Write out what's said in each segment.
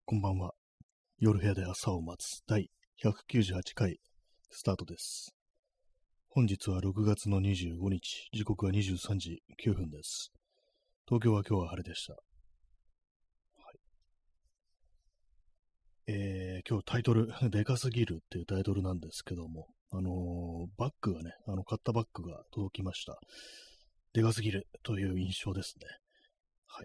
こんばんは。夜部屋で朝を待つ第198回スタートです。本日は6月の25日、時刻は23時9分です。東京は今日は晴れでした。今日タイトル、でかすぎるっていうタイトルなんですけども、バッグがね、買ったバッグが届きました。でかすぎるという印象ですね。はい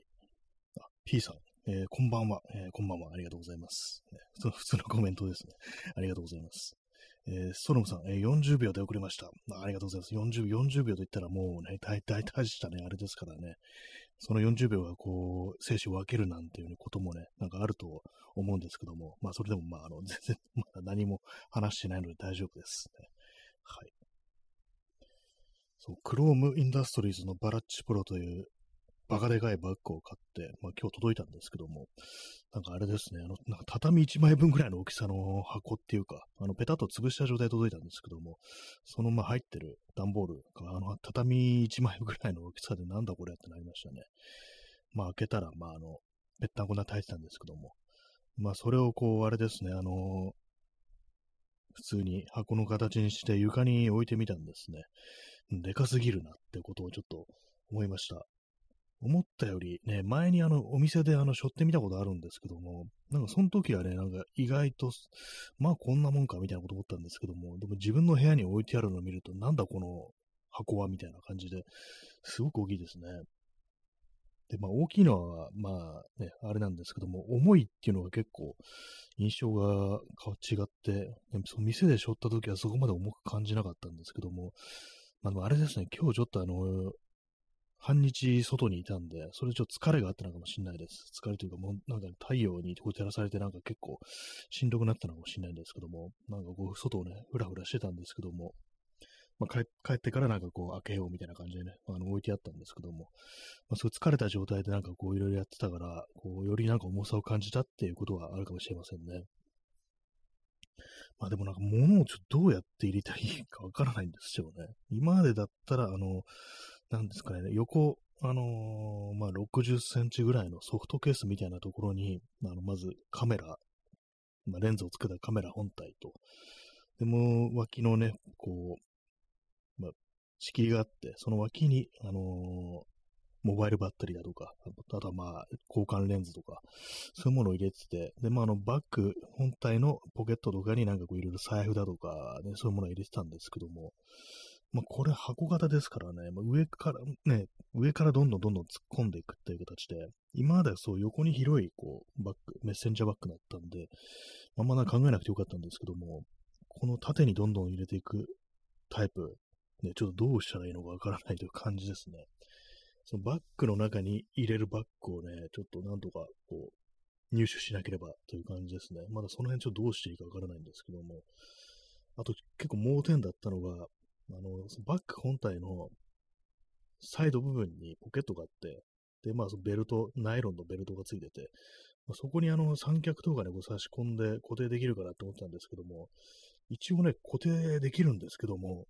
。P さん、こんばんは、こんばんは。ありがとうございます。普通のコメントですね。ありがとうございます。ストロムさん、40秒で遅れました。ありがとうございます。40秒と言ったらもうね、大したね、あれですからね。その40秒がこう、生死を分けるなんていうこともね、なんかあると思うんですけども、まあ、それでも全然、まだ何も話してないので大丈夫です、ね。はい。そう、クロームインダストリーズのバラッチプロというバカでかいバッグを買って、まあ、今日届いたんですけども、なんかあれですね、なんか畳1枚分ぐらいの大きさの箱っていうか、ペタッと潰した状態で届いたんですけども、そのまま入ってる段ボールが、畳1枚ぐらいの大きさでなんだこれってなりましたね。まあ、開けたら、ぺったんこになって入ってたんですけども、まあ、それをこう、あれですね、普通に箱の形にして床に置いてみたんですね。でかすぎるなってことをちょっと思いました。思ったよりね、前にお店で背負ってみたことあるんですけども、なんかその時はね、なんか意外と、まあこんなもんかみたいなこと思ったんですけども、でも自分の部屋に置いてあるのを見ると、なんだこの箱はみたいな感じで、すごく大きいですね。で、まあ大きいのは、まあね、あれなんですけども、重いっていうのが結構印象が違って、でもその店で背負った時はそこまで重く感じなかったんですけども、まあ、あれですね、今日ちょっと半日外にいたんで、それちょっと疲れがあったのかもしれないです。疲れというか、もうなんか太陽にこう照らされてなんか結構しんどくなったのかもしれないんですけども、なんかこう外をね、ふらふらしてたんですけども、まあ、帰ってからなんかこう開けようみたいな感じでね、置いてあったんですけども、まあ、そういう疲れた状態でなんかこういろいろやってたから、こうよりなんか重さを感じたっていうことはあるかもしれませんね。まあでもなんか物をちょっとどうやって入れたらいいかわからないんですよね。今までだったら、なんですかね、横、まあ、60センチぐらいのソフトケースみたいなところに、まずカメラ、まあ、レンズをつけたカメラ本体と、でも脇のね、こう、まあ、仕切りがあって、その脇に、モバイルバッテリーだとか、あとはまあ、交換レンズとか、そういうものを入れてて、で、まあ、バッグ本体のポケットとかになんかこういろいろ財布だとか、ね、そういうものを入れてたんですけども、まあ、これ箱型ですからね、まあ、上からどんどん突っ込んでいくっていう形で、今まではそう横に広いこうバッグ、メッセンジャーバッグだったんで、あんま考えなくてよかったんですけども、この縦にどんどん入れていくタイプ、ね、ちょっとどうしたらいいのかわからないという感じですね。そのバッグの中に入れるバッグをね、ちょっとなんとかこう入手しなければという感じですね。まだその辺ちょっとどうしていいかわからないんですけども、あと結構盲点だったのが、そのバッグ本体のサイド部分にポケットがあって、で、まあ、そのベルト、ナイロンのベルトがついてて、まあ、そこに三脚とかね、こう差し込んで固定できるかなって思ったんですけども、一応ね、固定できるんですけども、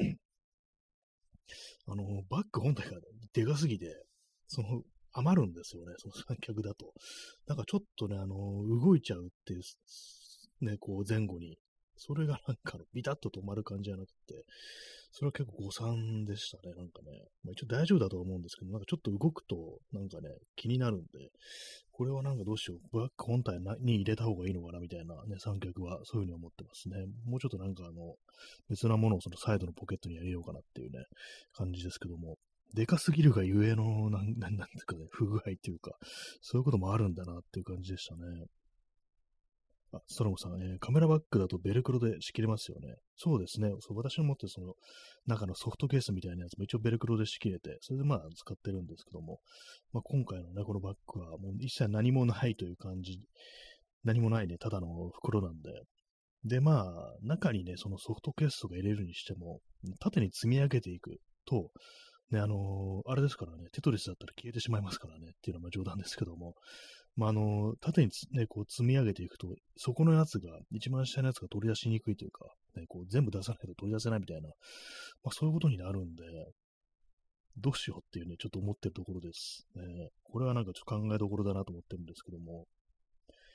バッグ本体がでかすぎて、その、余るんですよね、その三脚だと。なんかちょっとね、動いちゃうっていう、ね、こう前後に、それがなんかビタッと止まる感じじゃなくて、それは結構誤算でしたね、なんかね。まあ、一応大丈夫だとは思うんですけど、なんかちょっと動くと、なんかね、気になるんで、これはなんかどうしよう、バッグ本体に入れた方がいいのかな、みたいなね、三脚はそういうふうに思ってますね。もうちょっとなんか別なものをそのサイドのポケットに入れようかなっていうね、感じですけども、でかすぎるがゆえの、なんですかね、不具合っていうか、そういうこともあるんだなっていう感じでしたね。ストロムさん、カメラバッグだとベルクロで仕切れますよね。そうですね。そう、私の持ってるその中のソフトケースみたいなやつも一応ベルクロで仕切れて、それでまあ使ってるんですけども、まあ、今回のね、このバッグはもう一切何もないという感じ、何もないね、ただの袋なんで。で、まあ、中にね、そのソフトケースとか入れるにしても、縦に積み上げていくと、ね、あれですからね、テトリスだったら消えてしまいますからね、っていうのはまあ冗談ですけども、まあ、縦にね、こう積み上げていくと、そこのやつが、一番下のやつが取り出しにくいというか、ね、こう全部出さないと取り出せないみたいな、まあそういうことになるんで、どうしようっていうね、ちょっと思ってるところです。これはなんかちょっと考えどころだなと思ってるんですけども、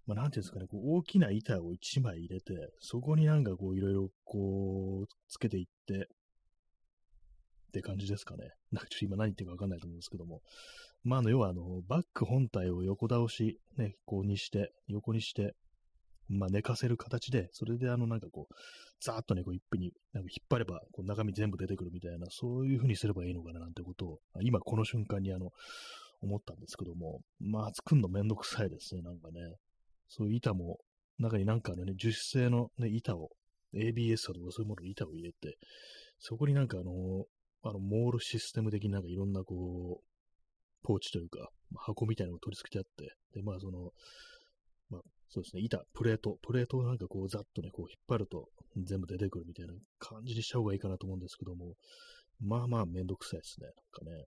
なんていうんですかね、こう大きな板を1枚入れて、そこになんかこういろいろこう、つけていってって感じですかね。なんかちょっと今何言ってるかわかんないと思うんですけども。要はバッグ本体を横倒し、ね、こうにして、横にして、寝かせる形で、それでなんかこう、ざーっとね、こう一気に、なんか引っ張れば、こう中身全部出てくるみたいな、そういう風にすればいいのかななんてことを、今この瞬間に思ったんですけども、作るのめんどくさいですね、なんかね。そういう板も、中になんかね、樹脂製のね、板を、ABS だとかそういうものに板を入れて、そこになんかモールシステム的になんかいろんなこう、ポーチというか、箱みたいなのを取り付けてあって、で、まあ、そうですね、プレートをなんかこう、ざっとね、こう引っ張ると全部出てくるみたいな感じにした方がいいかなと思うんですけども、めんどくさいですね、なんかね。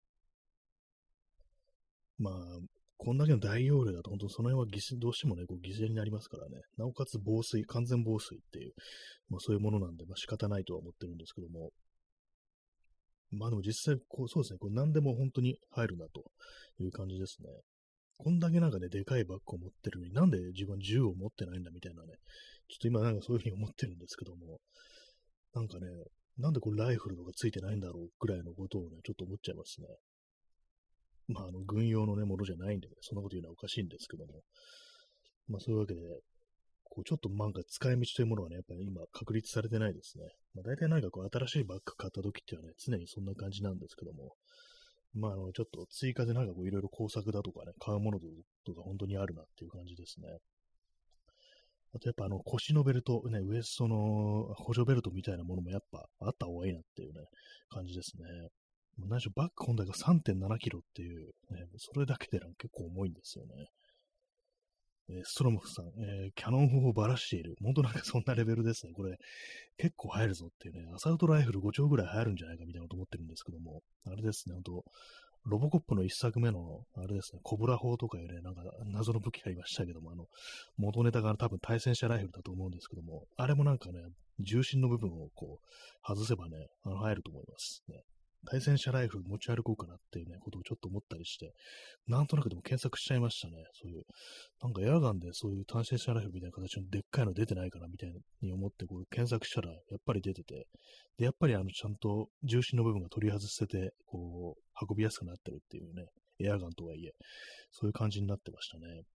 まあ、こんだけの大容量だと、本当その辺はどうしてもね、こう犠牲になりますからね。なおかつ完全防水っていう、そういうものなんで、仕方ないとは思ってるんですけども、でも実際、こう、そうですね、こう何でも本当に入るなという感じですね。こんだけなんかね、でかいバッグを持ってるのになんで自分は銃を持ってないんだみたいなね、ちょっと今なんかそういうふうに思ってるんですけども、なんかね、なんでこれライフルとかついてないんだろうぐらいのことをね、ちょっと思っちゃいますね。軍用のね、ものじゃないんでね、そんなこと言うのはおかしいんですけども、そういうわけで、こう、ちょっとなんか使い道というものはね、やっぱり今確立されてないですね。大体なんかこう、新しいバッグ買った時っていうのはね、常にそんな感じなんですけども、ちょっと追加でなんかこう、いろいろ工作だとかね、買うものとか本当にあるなっていう感じですね。あとやっぱ腰のベルト、ね、ウエストの補助ベルトみたいなものもやっぱあった方がいいなっていうね、感じですね。何しろバッグ本体が3.7キロっていう、ね、それだけでなんか結構重いんですよね。ストロムフさん、キャノン砲をばらしている。本当なんかそんなレベルですね。これ、結構入るぞっていうね、アサルトライフル5丁ぐらい入るんじゃないかみたいなこと思ってるんですけども、あれですね、本当ロボコップの一作目の、あれですね、コブラ砲とかいうね、なんか謎の武器がありましたけども、元ネタが多分対戦車ライフルだと思うんですけども、あれもなんかね、重心の部分をこう、外せばね、入ると思いますね。対戦車ライフル持ち歩こうかなっていうね、ことをちょっと思ったりして、なんとなくでも検索しちゃいましたね。そういう、なんかエアガンでそういう単線車ライフルみたいな形のでっかいの出てないかなみたいに思ってこう検索したらやっぱり出てて、で、やっぱりちゃんと重心の部分が取り外せて、こう、運びやすくなってるっていうね、エアガンとはいえ、そういう感じになってましたね。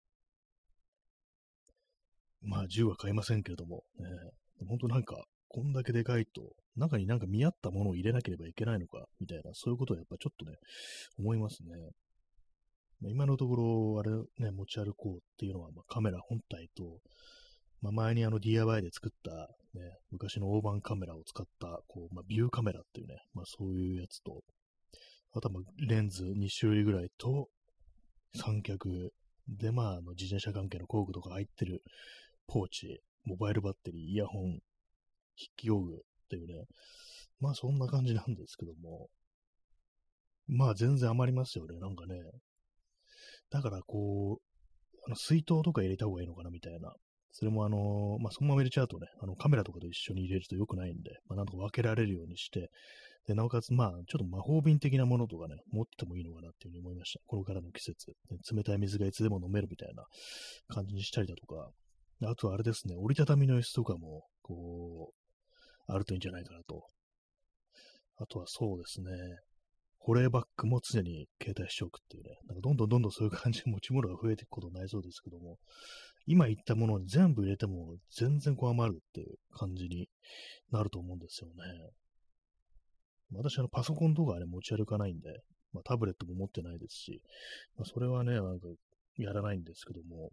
銃は買いませんけれども、ね、本当なんか、こんだけでかいと、中になんか見合ったものを入れなければいけないのか、みたいな、そういうことをやっぱちょっとね、思いますね。今のところ、あれね、持ち歩こうっていうのは、カメラ本体と、前にDIY で作った、ね、昔の大判カメラを使った、こう、ビューカメラっていうね、そういうやつと、あとはレンズ2種類ぐらいと、三脚、で、自転車関係の工具とか入ってるポーチ、モバイルバッテリー、イヤホン、筆記用具っていうね、そんな感じなんですけども、全然余りますよね、なんかね。だからこう、水筒とか入れた方がいいのかなみたいな。それもそのまま入れちゃうとね、カメラとかと一緒に入れると良くないんで、なんとか分けられるようにして、で、なおかつ、ちょっと魔法瓶的なものとかね、持っててもいいのかなっていうふうに思いました。これからの季節、ね、冷たい水がいつでも飲めるみたいな感じにしたりだとか、あとはあれですね、折りたたみの椅子とかも、こう、あるといいんじゃないかなと。あとはそうですね、保冷バッグも常に携帯しておくっていうね、なんかどんどんそういう感じで持ち物が増えていくことになりそうですけども、今言ったものを全部入れても全然こう余るっていう感じになると思うんですよね。私パソコンとかはね、持ち歩かないんで、タブレットも持ってないですし、それはね、なんかやらないんですけども、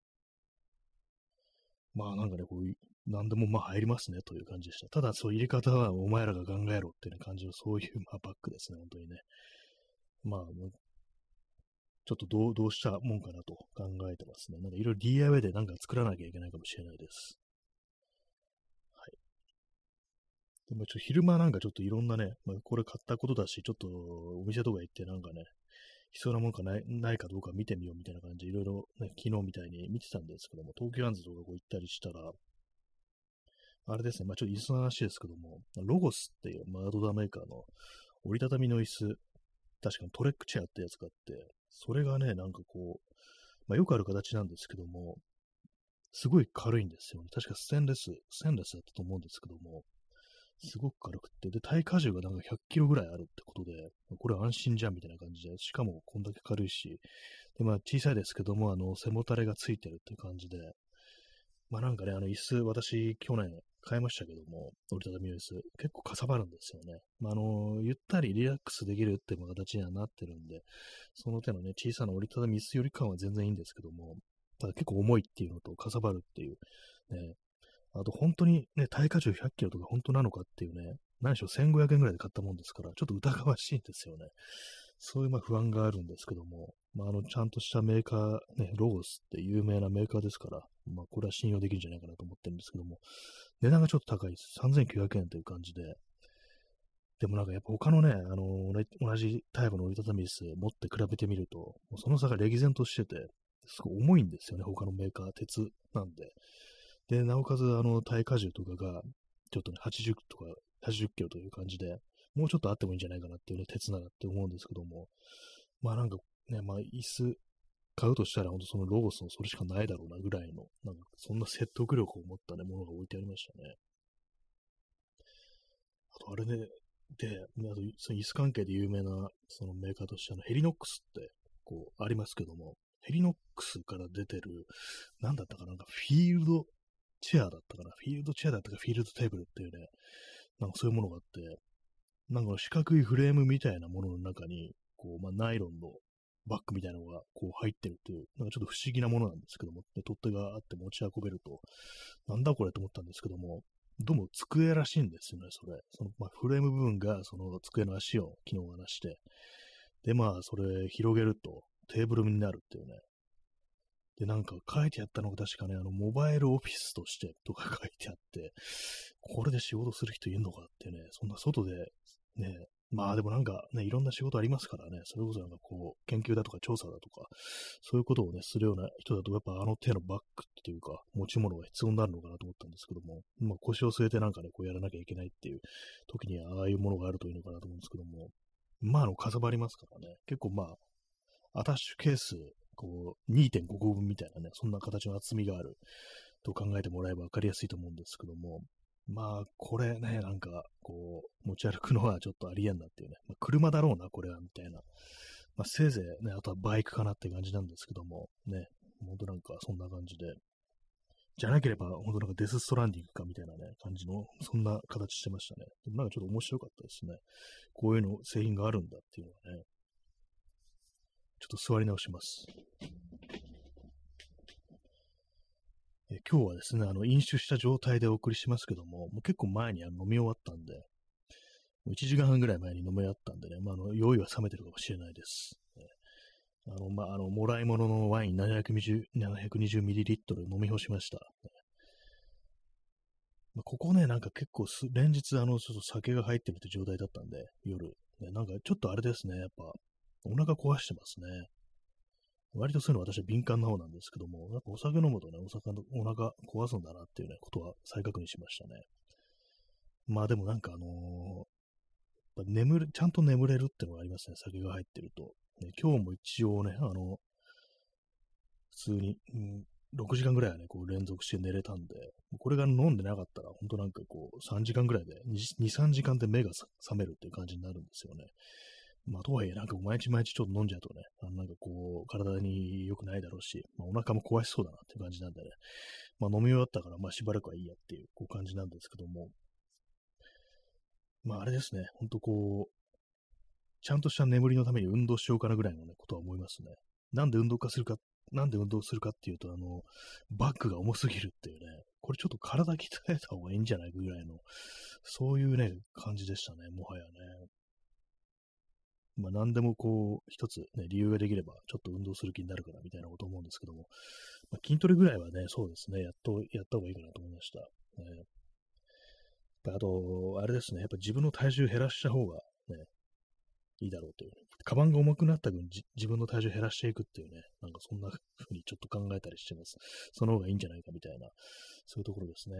なんかね、こういう、なんでも入りますねという感じでした。ただ、そう入れ方はお前らが考えろっていう感じの、そういう、バッグですね、本当にね。もうちょっとどうしたもんかなと考えてますね。なんかいろいろ DIY でなんか作らなきゃいけないかもしれないです。はい。でも昼間なんかちょっといろんなね、これ買ったことだし、ちょっとお店とか行ってなんかね、必要なもんかないかどうか見てみようみたいな感じでいろいろね、昨日みたいに見てたんですけども、東急ハンズとかこう行ったりしたら、あれですね、ちょっと椅子の話ですけども、ロゴスっていうアウトドアメーカーの折りたたみの椅子、確かにトレックチェアってやつがあって、それがね、なんかこう、 まあ、よくある形なんですけども、すごい軽いんですよね。確かステンレスだったと思うんですけども、すごく軽くって、で、耐荷重がなんか100キロぐらいあるってことで、これ安心じゃんみたいな感じで、しかもこんだけ軽いし、で、まあ小さいですけども、背もたれがついてるっていう感じで、まあなんかね、椅子、私、去年買いましたけども、折りたたみの椅子、結構かさばるんですよね。まあゆったりリラックスできるっていう形にはなってるんで、その手のね、小さな折りたたみ椅子よりかは全然いいんですけども、ただ結構重いっていうのとかさばるっていう、ね、あと本当にね、耐荷重100キロとか本当なのかっていうね、何しろ1500円ぐらいで買ったもんですから、ちょっと疑わしいんですよね。そういうまあ不安があるんですけども、まあ、ちゃんとしたメーカー、ね、ロゴスって有名なメーカーですから、まあ、これは信用できるんじゃないかなと思ってるんですけども、値段がちょっと高いです。3900円という感じで、でもなんかやっぱ他のね、同じタイプの折りたたみ椅子持って比べてみると、もうその差が歴然としてて、すごい重いんですよね、他のメーカー、鉄なんで。で、なおかつ、耐荷重とかが、ちょっとね、80とか、80キロという感じで、もうちょっとあってもいいんじゃないかなっていうね、鉄ならって思うんですけども、まあなんかね、まあ椅子買うとしたら、本当そのロゴスのそれしかないだろうなぐらいの、なんかそんな説得力を持ったね、ものが置いてありましたね。あとあれね、で、あとその椅子関係で有名なそのメーカーとしてヘリノックスってこうありますけども、ヘリノックスから出てる、なんだったかな、なんかフィールドチェアだったかな、フィールドチェアだったかフィールドテーブルっていうね、なんかそういうものがあって、なんか四角いフレームみたいなものの中に、こう、まあ、ナイロンのバッグみたいなのがこう入ってるっていう、なんかちょっと不思議なものなんですけども、で取っ手があって持ち運べると、なんだこれと思ったんですけども、どうも机らしいんですよね、それ。その、まあ、フレーム部分がその机の足を機能がなして、で、まあ、それ広げるとテーブルになるっていうね。で、なんか書いてあったのが確かね、モバイルオフィスとしてとか書いてあって、これで仕事する人いるのかってね、そんな外で、ね、まあでもなんかね、いろんな仕事ありますからね、それこそなんかこう、研究だとか調査だとか、そういうことをね、するような人だと、やっぱ手のバッグっていうか、持ち物が必要になるのかなと思ったんですけども、まあ腰を据えてなんかね、こうやらなきゃいけないっていう時には、ああいうものがあるといいのかなと思うんですけども、まあかさばりますからね、結構まあ、アタッシュケース、こう、2.5個分みたいなね、そんな形の厚みがあると考えてもらえば分かりやすいと思うんですけども、まあ、これね、なんか、こう、持ち歩くのはちょっとありえんなっていうね、まあ、車だろうな、これは、みたいな。まあ、せいぜいね、あとはバイクかなって感じなんですけども、ね、ほんとなんかそんな感じで、じゃなければ、ほんとなんかデスストランディングかみたいなね、感じの、そんな形してましたね。でもなんかちょっと面白かったですね。こういうの、製品があるんだっていうのはね、ちょっと座り直します。今日はですね、飲酒した状態でお送りしますけども、もう結構前に飲み終わったんで、もう1時間半ぐらい前に飲み終わったんでね、まあ、用意は冷めてるかもしれないです。まあ、もらい物のワイン720ml 飲み干しました。まあ、ここね、なんか結構連日、ちょっと酒が入ってるって状態だったんで、夜。ね、なんかちょっとあれですね、やっぱ、お腹壊してますね。割とそういうの私は敏感な方なんですけども、やっぱお酒飲むとね、お腹壊すんだなっていうね、ことは再確認しましたね。まあでもなんかぱちゃんと眠れるってのがありますね、酒が入ってると。ね、今日も一応ね、普通に、6時間ぐらいはね、こう連続して寝れたんで、これが飲んでなかったら、ほんとなんかこう、3時間ぐらいで、2、3時間で目が覚めるっていう感じになるんですよね。まあ、とはいえ、なんか毎日毎日ちょっと飲んじゃうとね、なんかこう、体に良くないだろうし、まあ、お腹も壊しそうだなっていう感じなんでね、まあ、飲み終わったから、まあ、しばらくはいいやっていう、こう感じなんですけども、まあ、あれですね、ほんとこう、ちゃんとした眠りのために運動しようかなぐらいのね、ことは思いますね。なんで運動するかっていうと、バッグが重すぎるっていうね、これちょっと体鍛えた方がいいんじゃないかぐらいの、そういうね、感じでしたね、もはやね。まあ、何でもこう、一つね、理由ができれば、ちょっと運動する気になるからみたいなこと思うんですけども、まあ、筋トレぐらいはね、そうですね、やった方がいいかなと思いました。ね、あと、あれですね、やっぱ自分の体重減らした方がね、いいだろうという、ね。カバンが重くなった分、自分の体重減らしていくっていうね、なんかそんな風にちょっと考えたりしてます。その方がいいんじゃないかみたいな、そういうところですね。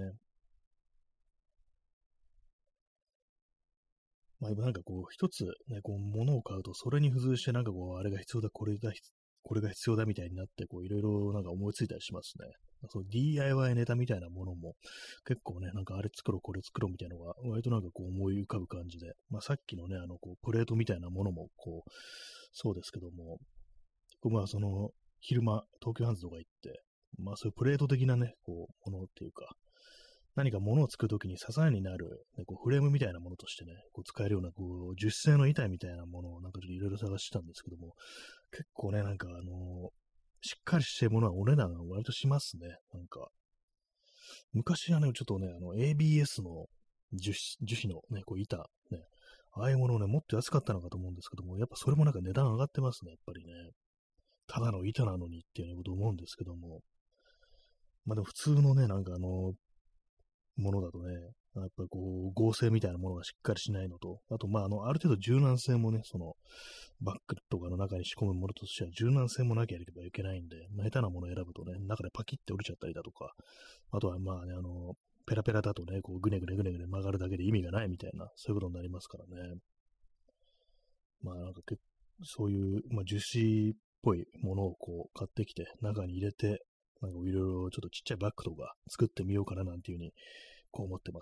まあ、なんかこう、一つね、こう、物を買うと、それに付随してなんかこう、あれが必要だ、これがこれが必要だみたいになって、こういろいろなんか思いついたりしますね。その DIY ネタみたいなものも結構ね、なんかあれ作ろう、これ作ろうみたいなのが割となんかこう思い浮かぶ感じで、まあさっきのね、こうプレートみたいなものもこう、そうですけども、まあその昼間、東急ハンズとか行って、まあそういうプレート的なね、こう、ものっていうか、何か物を作るときに支えになる、ね、こうフレームみたいなものとしてね、こう使えるようなこう樹脂製の板みたいなものをなんかちょっといろいろ探してたんですけども、結構ね、なんかしっかりしてるものはお値段が割としますね。なんか、昔はね、ちょっとね、ABS の樹脂のね、こう板、ね、ああいうものをね、もっと安かったのかと思うんですけども、やっぱそれもなんか値段上がってますね、やっぱりね。ただの板なのにっていうこと思うんですけども、まあでも普通のね、なんかものだとね、やっぱりこう、合成みたいなものがしっかりしないのと、あと、まあ、ある程度柔軟性もね、その、バッグとかの中に仕込むものとしては柔軟性もなければいけないんで、まあ、下手なものを選ぶとね、中でパキって折れちゃったりだとか、あとはまあね、ペラペラだとね、こう、ぐねぐねぐねぐね曲がるだけで意味がないみたいな、そういうことになりますからね。まあ、なんかそういう、まあ、樹脂っぽいものをこう、買ってきて、中に入れて、なんかいろいろちょっとちっちゃいバッグとか作ってみようかななんていうふうにこう思ってます。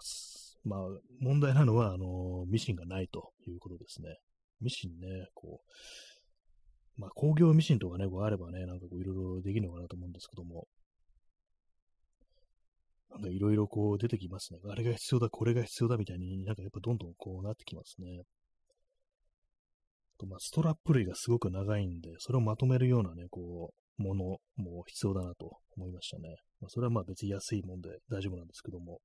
まあ、問題なのは、ミシンがないということですね。ミシンね、こう、まあ、工業ミシンとかね、こうあればね、なんかこういろいろできるのかなと思うんですけども、なんかいろいろこう出てきますね。あれが必要だ、これが必要だみたいになんかやっぱどんどんこうなってきますね。と、まあ、ストラップ類がすごく長いんで、それをまとめるようなね、こう、ものも必要だなと思いましたね。まあ、それはまあ別に安いもんで大丈夫なんですけども。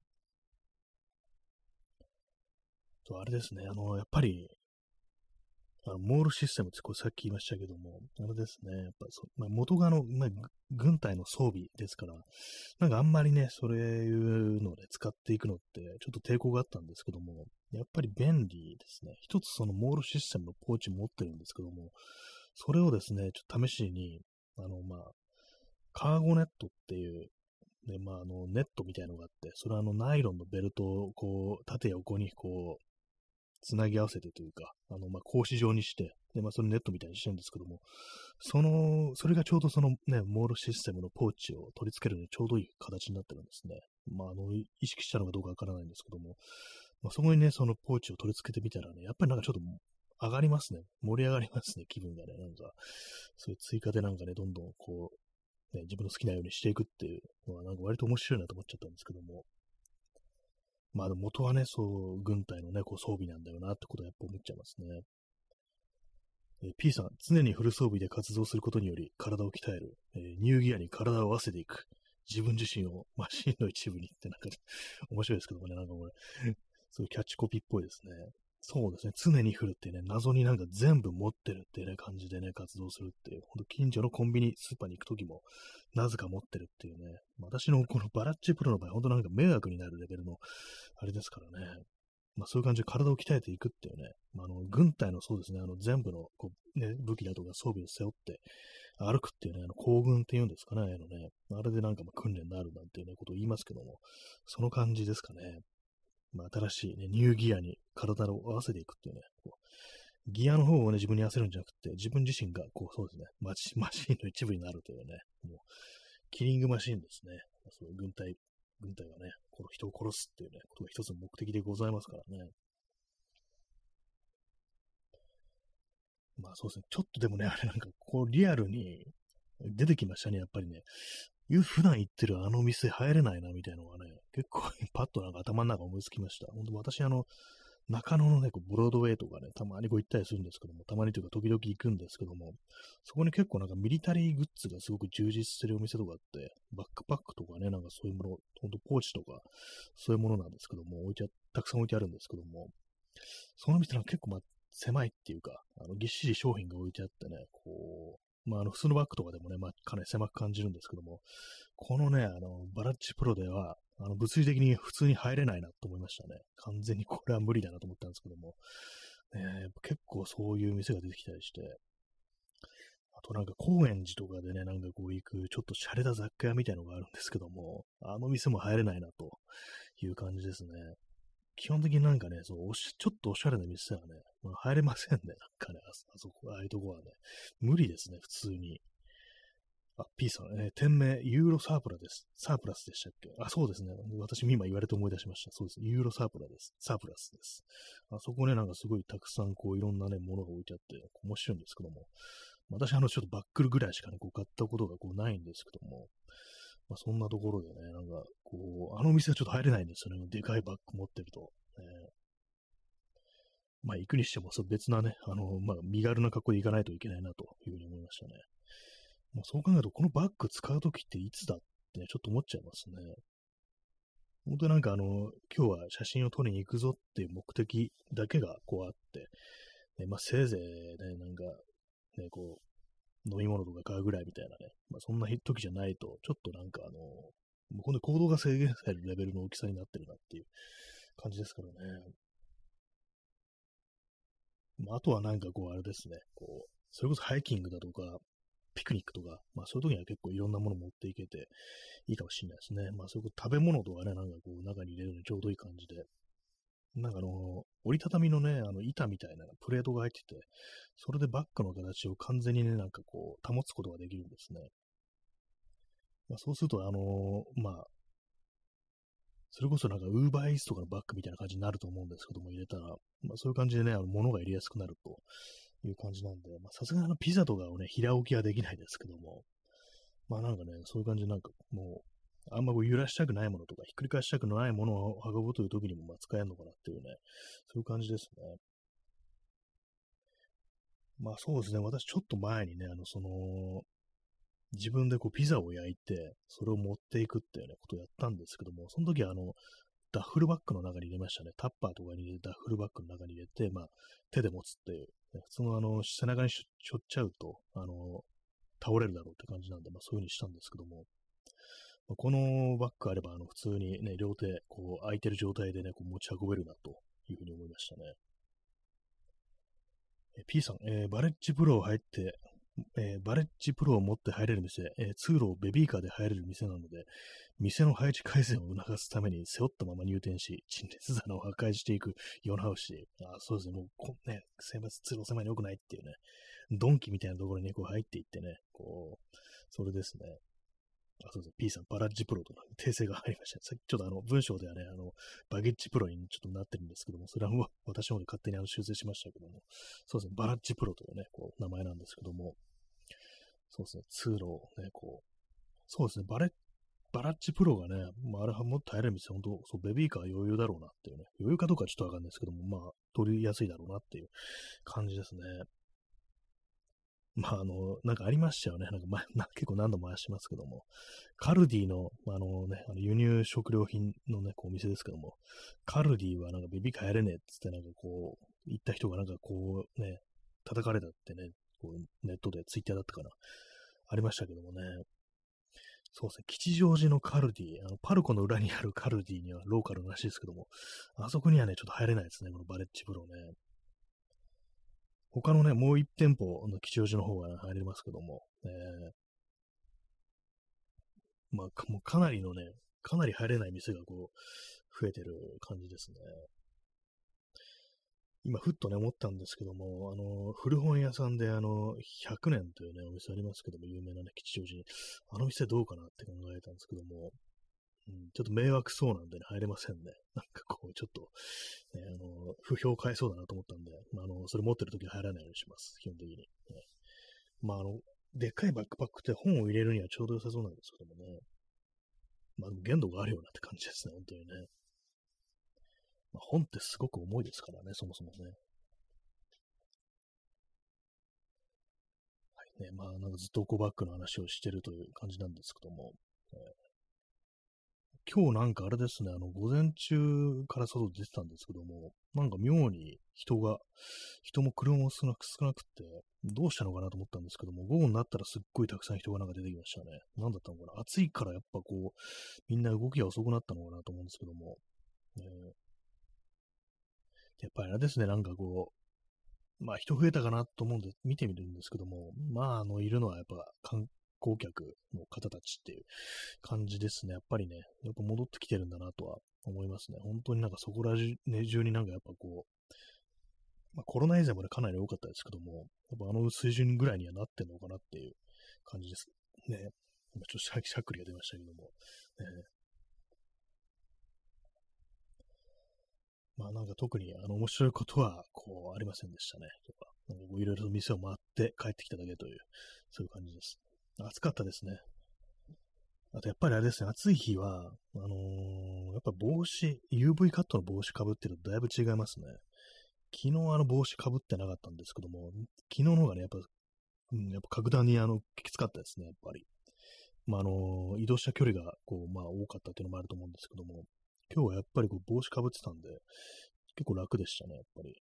あれですね、やっぱり、モールシステムってこれさっき言いましたけども、あれですね、やっぱまあ、元がまあ、軍隊の装備ですから、なんかあんまりね、そういうので使っていくのってちょっと抵抗があったんですけども、やっぱり便利ですね。一つそのモールシステムのポーチ持ってるんですけども、それをですね、ちょっと試しに、まあ、カーゴネットっていう、ね、まあ、ネットみたいのがあって、それはナイロンのベルトをこう、縦横にこう、つなぎ合わせてというか、まあ、格子状にして、で、まあ、それネットみたいにしてるんですけども、それがちょうどそのね、モールシステムのポーチを取り付けるのにちょうどいい形になってるんですね。まあ、意識したのかどうかわからないんですけども、まあ、そこにね、そのポーチを取り付けてみたらね、やっぱりなんかちょっと上がりますね。盛り上がりますね、気分がね。なんか、そういう追加でなんかね、どんどんこう、ね、自分の好きなようにしていくっていうのは、なんか割と面白いなと思っちゃったんですけども、まあ、でも元はね、そう、軍隊のね、こう装備なんだよなってことはやっぱ思っちゃいますね。P さん、常にフル装備で活動することにより体を鍛える。ニューギアに体を合わせていく。自分自身をマシンの一部にってなんか面白いですけどもね、なんかこれ、そういうキャッチコピーっぽいですね。そうですね、常にフルってね、謎になんか全部持ってるっていうね、感じでね、活動するっていう、ほんと近所のコンビニ、スーパーに行くときも、なぜか持ってるっていうね、私のこのバラッチプロの場合、ほんとなんか迷惑になるレベルの、あれですからね。まあそういう感じで体を鍛えていくっていうね、まあ、軍隊のそうですね、全部のこう、ね、武器だとか装備を背負って歩くっていうね、行軍っていうんですかね、あれでなんかまあ訓練になるなんていうね、ことを言いますけども、その感じですかね。まあ、新しいね、ニューギアに体を合わせていくっていうね、こうギアの方をね、自分に合わせるんじゃなくて、自分自身が、こう、そうですね、マシンの一部になるというね、もう、キリングマシンですね。そういう軍隊はね、この人を殺すっていうね、ことが一つの目的でございますからね。まあそうですね、ちょっとでもね、あれなんか、こう、リアルに出てきましたね、やっぱりね。普段行ってるあの店入れないな、みたいなのがね、結構パッとなんか頭の中思いつきました。本当私中野のね、こうブロードウェイとかね、たまにこう行ったりするんですけども、たまにというか時々行くんですけども、そこに結構なんかミリタリーグッズがすごく充実してるお店とかあって、バックパックとかね、なんかそういうもの、ほんとポーチとか、そういうものなんですけども、たくさん置いてあるんですけども、その店なんか結構まあ狭いっていうか、ぎっしり商品が置いてあってね、こう、まあ普通のバッグとかでもね、まあかなり狭く感じるんですけども、このね、バラッチプロでは、物理的に普通に入れないなと思いましたね。完全にこれは無理だなと思ったんですけども、結構そういう店が出てきたりして、あとなんか高円寺とかでね、なんかこう行く、ちょっと洒落た雑貨屋みたいのがあるんですけども、あの店も入れないなという感じですね。基本的になんかね、ちょっとおしゃれな店はね、まあ、入れませんね。なんかね、あそこ、ああいうとこはね、無理ですね、普通に。 あ、P さん、店名、ユーロサープラです。サープラスでしたっけ？あ、そうですね。私も今言われて思い出しました。そうです。ユーロサープラです。サープラスです。あそこね、なんかすごいたくさんこういろんなね、ものが置いてあって、面白いんですけども、私ちょっとバックルぐらいしかね、こう買ったことがこうないんですけども、そんなところでね、なんかこう、あのお店はちょっと入れないんですよね。でかいバッグ持ってると。行くにしても、そう別なね、身軽な格好で行かないといけないなというふうに思いましたね。そう考えると、このバッグ使うときっていつだってね、ちょっと思っちゃいますね。本当になんか今日は写真を撮りに行くぞっていう目的だけがこうあって、せいぜいね、なんか、ね、こう、飲み物とか買うぐらいみたいなね、そんな時じゃないと、ちょっとなんかもうこの行動が制限されるレベルの大きさになってるなっていう感じですからね。あとはなんかこう、あれですね、こう、それこそハイキングだとか、ピクニックとか、そういう時には結構いろんなもの持っていけていいかもしれないですね。そういう食べ物とかね、なんかこう、中に入れるのにちょうどいい感じで。なんか折りたたみのね、板みたいなプレートが入ってて、それでバッグの形を完全にね、なんかこう、保つことができるんですね。そうすると、それこそなんか、ウーバーイーツとかのバッグみたいな感じになると思うんですけども、入れたら、そういう感じでね、物が入れやすくなるという感じなんで、さすがにピザとかをね、平置きはできないですけども、なんかね、そういう感じでなんかもう、あんまこう揺らしたくないものとか、ひっくり返したくないものを運ぶという時にも使えるのかなっていうね、そういう感じですね。そうですね、私ちょっと前にね、自分でこうピザを焼いて、それを持っていくっていうね、ことをやったんですけども、その時はダッフルバッグの中に入れましたね。タッパーとかに入れて、ダッフルバッグの中に入れて、手で持つっていう、ね、普通の背中にしょっちゃうと、倒れるだろうって感じなんで、そういう風にしたんですけども、このバッグあれば、普通にね、両手、こう、空いてる状態でね、こう持ち運べるな、というふうに思いましたね。P さん、バレッジプロを入って、バレッジプロを持って入れる店、通路をベビーカーで入れる店なので、店の配置改善を促すために背負ったまま入店し、陳列棚を破壊していく世直し。そうですね、もうね、選抜通路狭いに良くないっていうね、ドンキみたいなところにこう入っていってね、こう、それですね。そうですね。P さん、バラッジプロと訂正が入りましたね。さっきちょっと文章ではね、バゲッジプロにちょっとなってるんですけども、それはもう私の方で勝手に修正しましたけども、そうですね、バラッジプロというね、こう、名前なんですけども、そうですね、通路をね、こう、そうですね、バラッジプロがね、あれはもっと入れる店、本当そう、ベビーカー余裕だろうなっていうね、余裕かどうかちょっとわかんないですけども、取りやすいだろうなっていう感じですね。なんかありましたよね。なんか結構何度も回しますけども、カルディの、輸入食料品のね、こうお店ですけども、カルディはなんかベビーカーやれねえっつってなんかこう、言った人がなんかこうね、叩かれたってね、こうネットでツイッターだったかな、ありましたけどもね、そうですね、吉祥寺のカルディ、パルコの裏にあるカルディにはローカルらしいですけども、あそこにはね、ちょっと入れないですね、このバレッジプロね。他のね、もう一店舗の吉祥寺の方が、ね、入れますけども、もうかなりのね、かなり入れない店がこう、増えてる感じですね。今、ふっとね、思ったんですけども、古本屋さんで、100年というね、お店ありますけども、有名なね、吉祥寺に。あの店どうかなって考えたんですけども、ちょっと迷惑そうなんでね、入れませんね。なんかこう、ちょっと、ね、不評を買えそうだなと思ったんで、それ持ってるときは入らないようにします、基本的に。ね、でっかいバックパックって本を入れるにはちょうど良さそうなんですけどもね。限度があるようなって感じですね、本当にね。本ってすごく重いですからね、そもそもね。はいね、なんかずっとエコバッグの話をしてるという感じなんですけども、今日なんかあれですね、午前中から外出てたんですけども、なんか妙に人も車も少なくて、どうしたのかなと思ったんですけども、午後になったらすっごいたくさん人がなんか出てきましたね。なんだったのかな。暑いからやっぱこう、みんな動きが遅くなったのかなと思うんですけども、やっぱりあれですね、なんかこう、人増えたかなと思うんで、見てみるんですけども、いるのはやっぱ観光客の方たちっていう感じですね。やっぱりね、やっぱ戻ってきてるんだなとは思いますね。本当になんかそこら中になんかやっぱこう、コロナ以前もね、かなり多かったですけども、やっぱ水準ぐらいにはなってんのかなっていう感じです。 ね、今ちょっとしゃっくりが出ましたけども、まあなんか特に面白いことはこうありませんでしたね。とかなんかこういろいろと店を回って帰ってきただけという、そういう感じです。暑かったですね。あとやっぱりあれですね、暑い日は、やっぱ帽子、UV カットの帽子かぶってるとだいぶ違いますね。昨日帽子かぶってなかったんですけども、昨日の方がね、やっぱ格段にきつかったですね、やっぱり。まあ移動した距離がこう、まあ多かったっていうのもあると思うんですけども、今日はやっぱりこう帽子かぶってたんで、結構楽でしたね、やっぱり。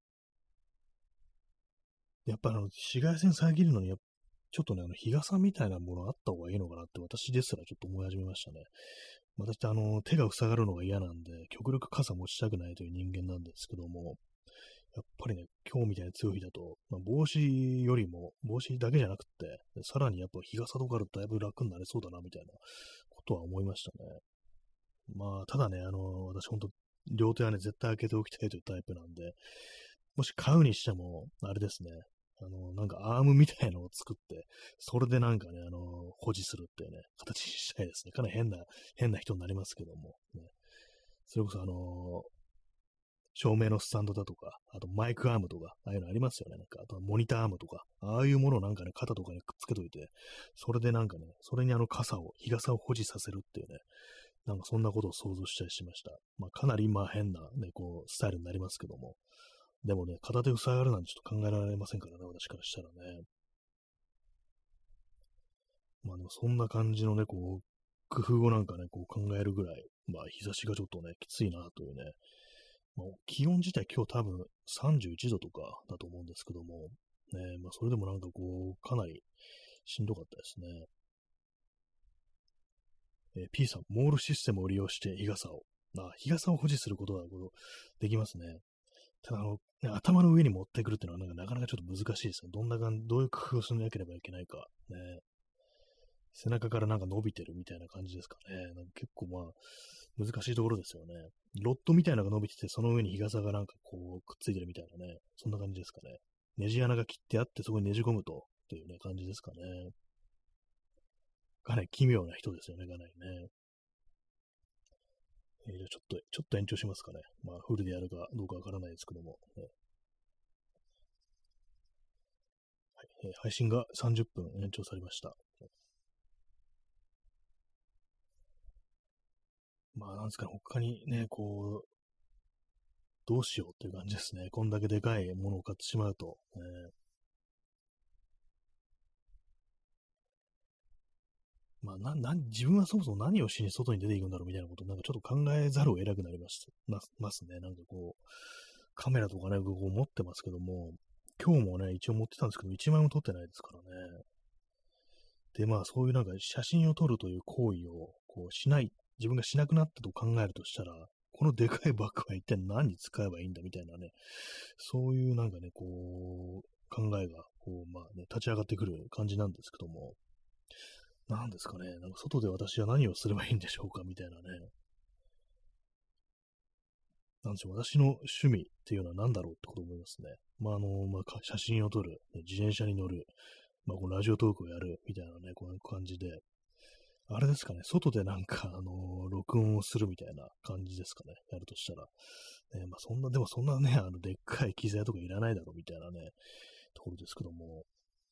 やっぱ紫外線遮るのにちょっとね、日傘みたいなものあった方がいいのかなって私ですらちょっと思い始めましたね。私って手が塞がるのが嫌なんで、極力傘持ちたくないという人間なんですけども、やっぱりね、今日みたいな強い日だと、まあ、帽子よりも、帽子だけじゃなくって、さらにやっぱ日傘とかあるとだいぶ楽になれそうだな、みたいなことは思いましたね。まあ、ただね、私ほんと、両手はね、絶対開けておきたいというタイプなんで、もし買うにしても、あれですね、なんかアームみたいのを作って、それでなんかね、保持するっていうね、形にしたいですね。かなり変な人になりますけども、ね。それこそ照明のスタンドだとか、あとマイクアームとか、ああいうのありますよね。なんか、あとモニターアームとか、ああいうものをなんかね、肩とかにくっつけといて、それでなんかね、それに日傘を保持させるっていうね、なんかそんなことを想像したりしました。まあ、かなりまあ変なね、こう、スタイルになりますけども。でもね、片手塞がるなんてちょっと考えられませんからね、私からしたらね。まあでもそんな感じのね、こう、工夫をなんかね、こう考えるぐらい、まあ日差しがちょっとね、きついなというね。まあ、気温自体今日多分31度とかだと思うんですけども、ね、まあそれでもなんかこう、かなりしんどかったですね。P さん、モールシステムを利用して日傘を保持することができますね。ただね、頭の上に持ってくるっていうのはなかなかちょっと難しいですね。どういう工夫をしなければいけないか。ね。背中からなんか伸びてるみたいな感じですかね。なんか結構まあ、難しいところですよね。ロッドみたいなのが伸びてて、その上に日傘がなんかこう、くっついてるみたいなね。そんな感じですかね。ネジ穴が切ってあって、そこにねじ込むと、っていうね、感じですかね。かなり奇妙な人ですよね、かなりね。じゃあちょっと延長しますかね。まあ、フルでやるかどうかわからないですけども。はい配信が30分延長されました。まあ、なんですかね、他にね、こう、どうしようっていう感じですね。こんだけでかいものを買ってしまうと。まあ、自分はそもそも何をしに外に出ていくんだろうみたいなことをなんかちょっと考えざるを得なくなりますね。なんかこう、カメラとかね、こう持ってますけども、今日もね、一応持ってたんですけど、1枚も撮ってないですからね。で、まあ、そういうなんか写真を撮るという行為をこう自分がしなくなったと考えるとしたら、このでかいバッグは一体何に使えばいいんだみたいなね、そういうなんかね、こう、考えが、こう、まあね、立ち上がってくる感じなんですけども、なんですかね、なんか外で私は何をすればいいんでしょうかみたいなね、なんでしょう、私の趣味っていうのは何だろうってことを思いますね。まあ、写真を撮る、自転車に乗る、まあ、このラジオトークをやるみたいなね、こういう感じで、あれですかね、外でなんか、録音をするみたいな感じですかね、やるとしたら。まあ、でもそんなね、でっかい機材とかいらないだろうみたいなね、ところですけども。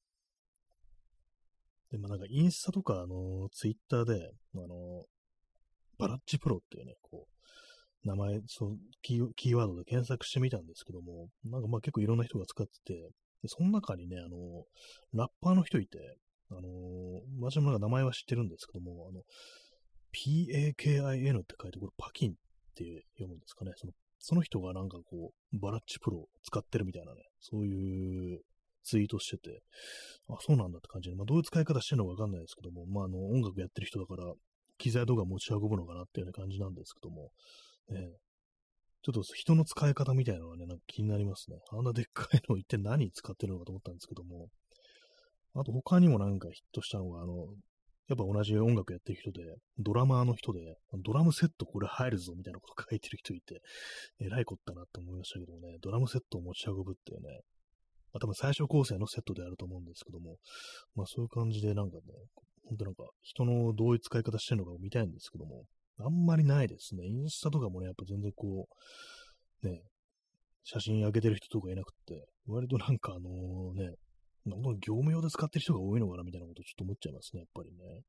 でもなんかインスタとか、ツイッターで、バラッジプロっていうね、こう、名前、キーワードで検索してみたんですけども、なんかまあ結構いろんな人が使ってて、でその中にね、ラッパーの人いて、私もなんか名前は知ってるんですけども、PAKIN って書いて、これパキンって読むんですかね。その人がなんかこう、バラッチプロを使ってるみたいなね、そういうツイートしてて、あ、そうなんだって感じで、まあどういう使い方してるのかわかんないですけども、まあ音楽やってる人だから、機材とか持ち運ぶのかなっていうような感じなんですけども、ね、ちょっと人の使い方みたいなのがね、なんか気になりますね。あんなでっかいの一体何に使ってるのかと思ったんですけども、あと他にもなんかヒットしたのが、やっぱ同じ音楽やってる人で、ドラマーの人で、ドラムセットこれ入るぞみたいなこと書いてる人いて、えらいこったなって思いましたけどもね、ドラムセットを持ち運ぶっていうね、まあ、多分最初構成のセットであると思うんですけども、まあそういう感じでなんかね、 本当なんか人のどういう使い方してるのかを見たいんですけども、あんまりないですね。インスタとかもね、やっぱ全然こう、ね、写真上げてる人とかいなくって、割となんかね、なんか業務用で使ってる人が多いのかなみたいなことちょっと思っちゃいますね、やっぱりね。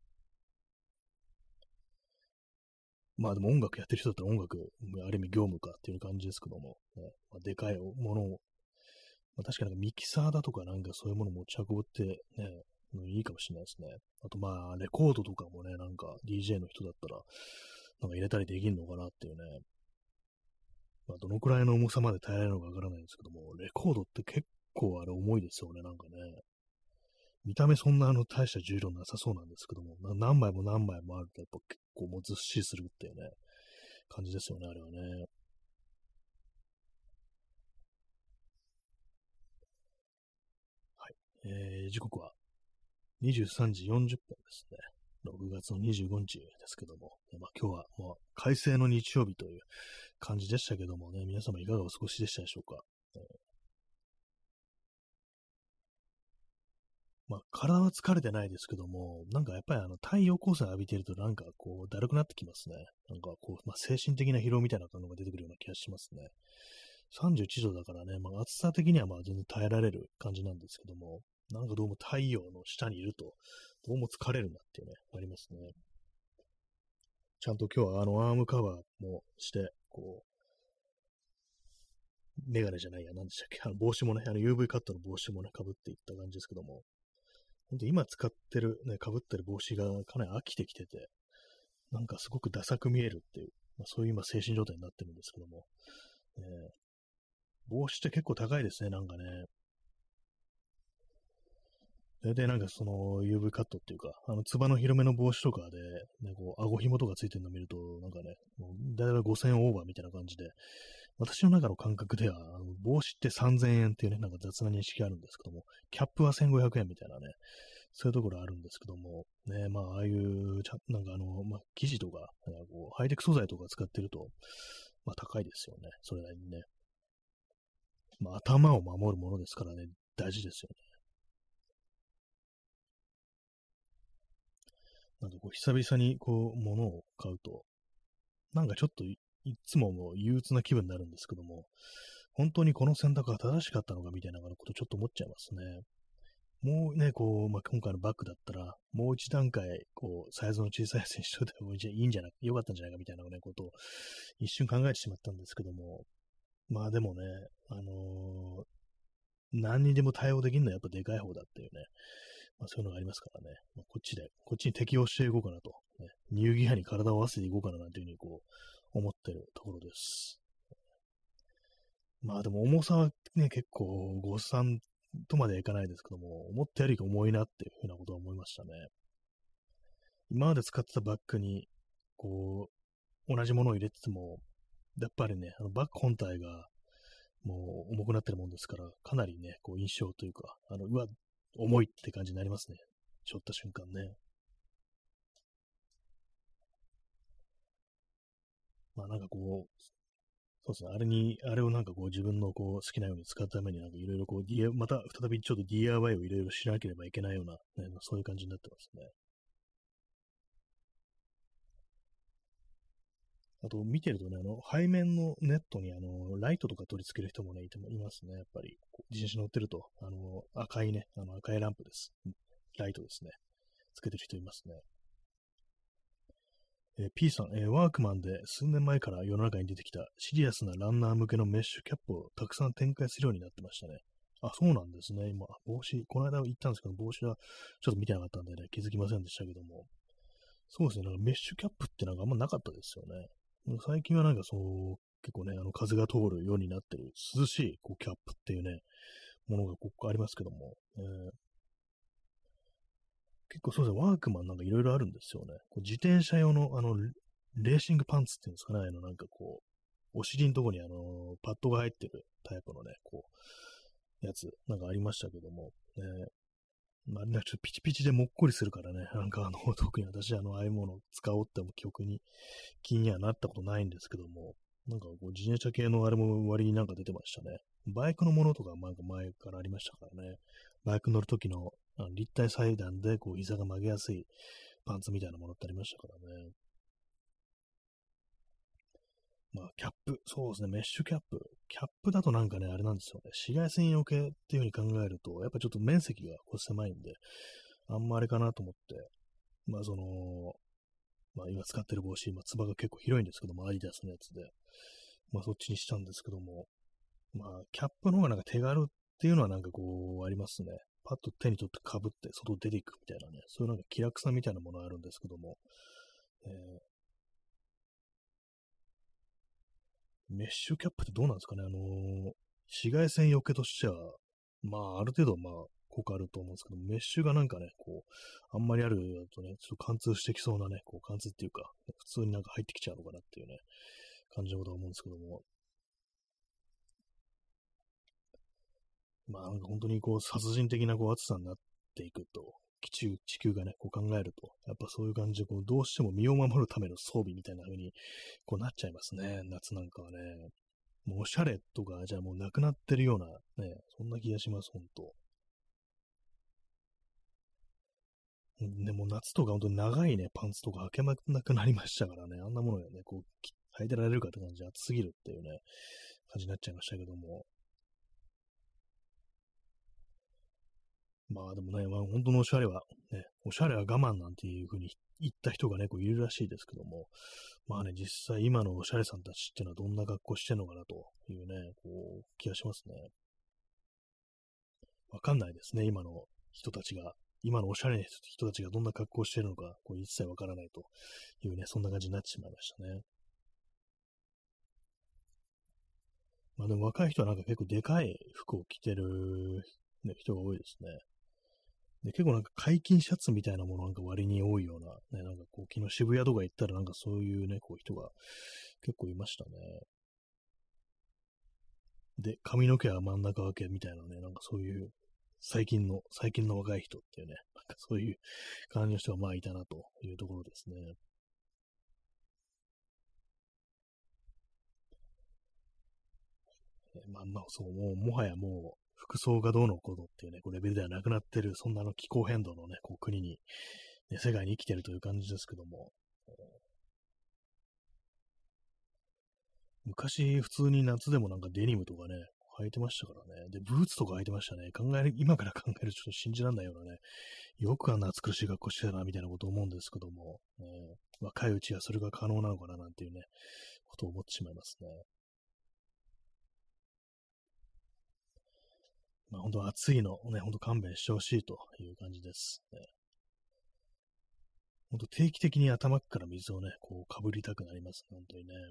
まあでも音楽やってる人だったら音楽、ある意味業務かっていう感じですけども、ね、まあ、でかいものを、まあ、確かになんかミキサーだとかなんかそういうもの持ち運ぶってね、いいかもしれないですね。あとまあレコードとかもね、なんか DJ の人だったら、なんか入れたりできるのかなっていうね。まあどのくらいの重さまで耐えられるのかわからないんですけども、レコードって結構あれ重いですよね、なんかね。見た目そんな大した重量なさそうなんですけども、何枚も何枚もあるとやっぱ結構もうずっしりするっていうね、感じですよね、あれはね。はい。時刻は23時40分ですね。6月の25日ですけども、まあ、今日はもう快晴の日曜日という感じでしたけどもね、皆様いかがお過ごしでしたでしょうか。まあ、体は疲れてないですけども、なんかやっぱり太陽光線浴びてるとなんかこう、だるくなってきますね。なんかこう、まあ、精神的な疲労みたいなのが出てくるような気がしますね。31度だからね、まあ、暑さ的にはまあ全然耐えられる感じなんですけども、なんかどうも太陽の下にいると、どうも疲れるなっていうね、ありますね。ちゃんと今日はアームカバーもして、こう、メガネじゃないや、なんでしたっけ、帽子もね、UV カットの帽子もね、被っていった感じですけども、ほんと今使ってる、ね、被ってる帽子がかなり飽きてきてて、なんかすごくダサく見えるっていう、まあ、そういう今精神状態になってるんですけども、帽子って結構高いですね、なんかね。で、なんかその UV カットっていうか、つばの広めの帽子とかで、ね、こう、顎紐とかついてるのを見ると、なんかね、もうだいたい5000オーバーみたいな感じで、私の中の感覚では、帽子って3000円っていうね、なんか雑な認識があるんですけども、キャップは1500円みたいなね、そういうところあるんですけども、ね、まあ、ああいう、なんかまあ、生地とか、なんかこう、ハイテク素材とか使ってると、まあ、高いですよね、それなりにね。まあ、頭を守るものですからね、大事ですよね。なんかこう、久々にこう、物を買うと、なんかちょっといつももう憂鬱な気分になるんですけども、本当にこの選択は正しかったのかみたいなことちょっと思っちゃいますね。もうね、こう、まあ、今回のバッグだったら、もう一段階、こう、サイズの小さいやつにしといた方がいいんじゃない、よかったんじゃないかみたいなね、ことを一瞬考えてしまったんですけども、まあでもね、あのー何にでも対応できるのはやっぱでかい方だっていうね、まあ、そういうのがありますからね、まあ、こっちに適応していこうかなと、ね、ニューギアに体を合わせていこうかななんていうふうにこう、思ってるところです。まあでも重さはね、結構誤算とまではいかないですけども、思ったより重いなっていうふうなことは思いましたね。今まで使ってたバッグに、こう、同じものを入れてても、やっぱりね、バッグ本体がもう重くなってるもんですから、かなりね、こう印象というか、うわ、重いって感じになりますね。背負った瞬間ね。まあなんかこう、そうですね、あれをなんかこう自分のこう好きなように使うためになんかいろいろこう、また再びちょっと DIY をいろいろしなければいけないような、ね、そういう感じになってますね。あと、見てるとね、背面のネットに、ライトとか取り付ける人もね、いますね。やっぱり、こう自転車乗ってると、赤いね、赤いランプです。ライトですね。つけてる人いますね。P さん、ワークマンで数年前から世の中に出てきたシリアスなランナー向けのメッシュキャップをたくさん展開するようになってましたね。あ、そうなんですね。今、帽子、この間言ったんですけど、帽子はちょっと見てなかったんでね、気づきませんでしたけども。そうですね、なんかメッシュキャップってなんかあんまなかったですよね。最近はなんかそう、結構ね、風が通るようになってる涼しいこうキャップっていうね、ものがここありますけども、結構そうですね、ワークマンなんかいろいろあるんですよね。こう自転車用のレーシングパンツっていうんですかね、なんかこう、お尻のとこにパッドが入ってるタイプのね、こう、やつ、なんかありましたけども、まあ、なんかちょっとピチピチでもっこりするからね、なんか特に私ああいうものを使おうっても曲に気にはなったことないんですけども、なんかこう自転車系のあれも割になんか出てましたね。バイクのものとかなんか前からありましたからね。 バイク乗るときの、立体裁断で、こう、膝が曲げやすいパンツみたいなものってありましたからね。まあ、キャップ、そうですね、メッシュキャップ。キャップだとなんかね、あれなんですよね、紫外線よけっていう風に考えると、やっぱちょっと面積がこう狭いんで、あんまあれかなと思って、まあ、まあ、今使ってる帽子、まあ、つばが結構広いんですけども、アディダスのやつで、まあ、そっちにしたんですけども、まあ、キャップの方がなんか手軽っていうのはなんかこう、ありますね。パッと手に取って被って外出ていくみたいなね、そういうなんか気楽さみたいなものがあるんですけども、えメッシュキャップってどうなんですかね。紫外線よけとしては、まあ、ある程度、まあ、効果あると思うんですけど、メッシュがなんかね、こう、あんまりあるとね、ちょっと貫通してきそうなね、こう、貫通っていうか、普通になんか入ってきちゃうのかなっていうね、感じのことは思うんですけども、まあ、なんか本当にこう、殺人的なこう、暑さになっていくと、地球がね、こう考えると、やっぱそういう感じで、こう、どうしても身を守るための装備みたいな風に、こうなっちゃいますね、夏なんかはね。もうおしゃれとか、じゃあもうなくなってるような、ね、そんな気がします、ほんと。でも夏とか本当に長いね、パンツとか履けなくなりましたからね、あんなものがね、こう、履いてられるかって感じで暑すぎるっていうね、感じになっちゃいましたけども。まあでもね、まあ本当のおしゃれは、ね、おしゃれは我慢なんていう風に言った人がね、こういるらしいですけども、まあね、実際今のおしゃれさんたちっていうのはどんな格好してんのかなというね、こう、気がしますね。わかんないですね、今の人たちが。今のおしゃれな人たちがどんな格好をしているのか、こう一切わからないというね、そんな感じになってしまいましたね。まあでも若い人はなんか結構でかい服を着てる、ね、人が多いですね。で、結構なんか解禁シャツみたいなものなんか割に多いような、ね、なんかこう昨日渋谷とか行ったらなんかそういうね、こう人が結構いましたね。で、髪の毛は真ん中分けみたいなね、なんかそういう最近の若い人っていうね、なんかそういう感じの人がまあいたなというところですね。まあまあそう、もはやもう服装がどうのこうのっていうね、こうレベルではなくなってる、そんな気候変動のね、こう国に、ね、世界に生きてるという感じですけども、昔普通に夏でもなんかデニムとかね、履いてましたからね。で、ブーツとか履いてましたね。今から考えるとちょっと信じらんないようなね、よくあんな暑苦しい格好してたな、みたいなことを思うんですけども、若いうちはそれが可能なのかな、なんていうね、ことを思ってしまいますね。まあ本当暑いのね、本当勘弁してほしいという感じです。本当定期的に頭から水をね、こうかぶりたくなりますね、本当にね。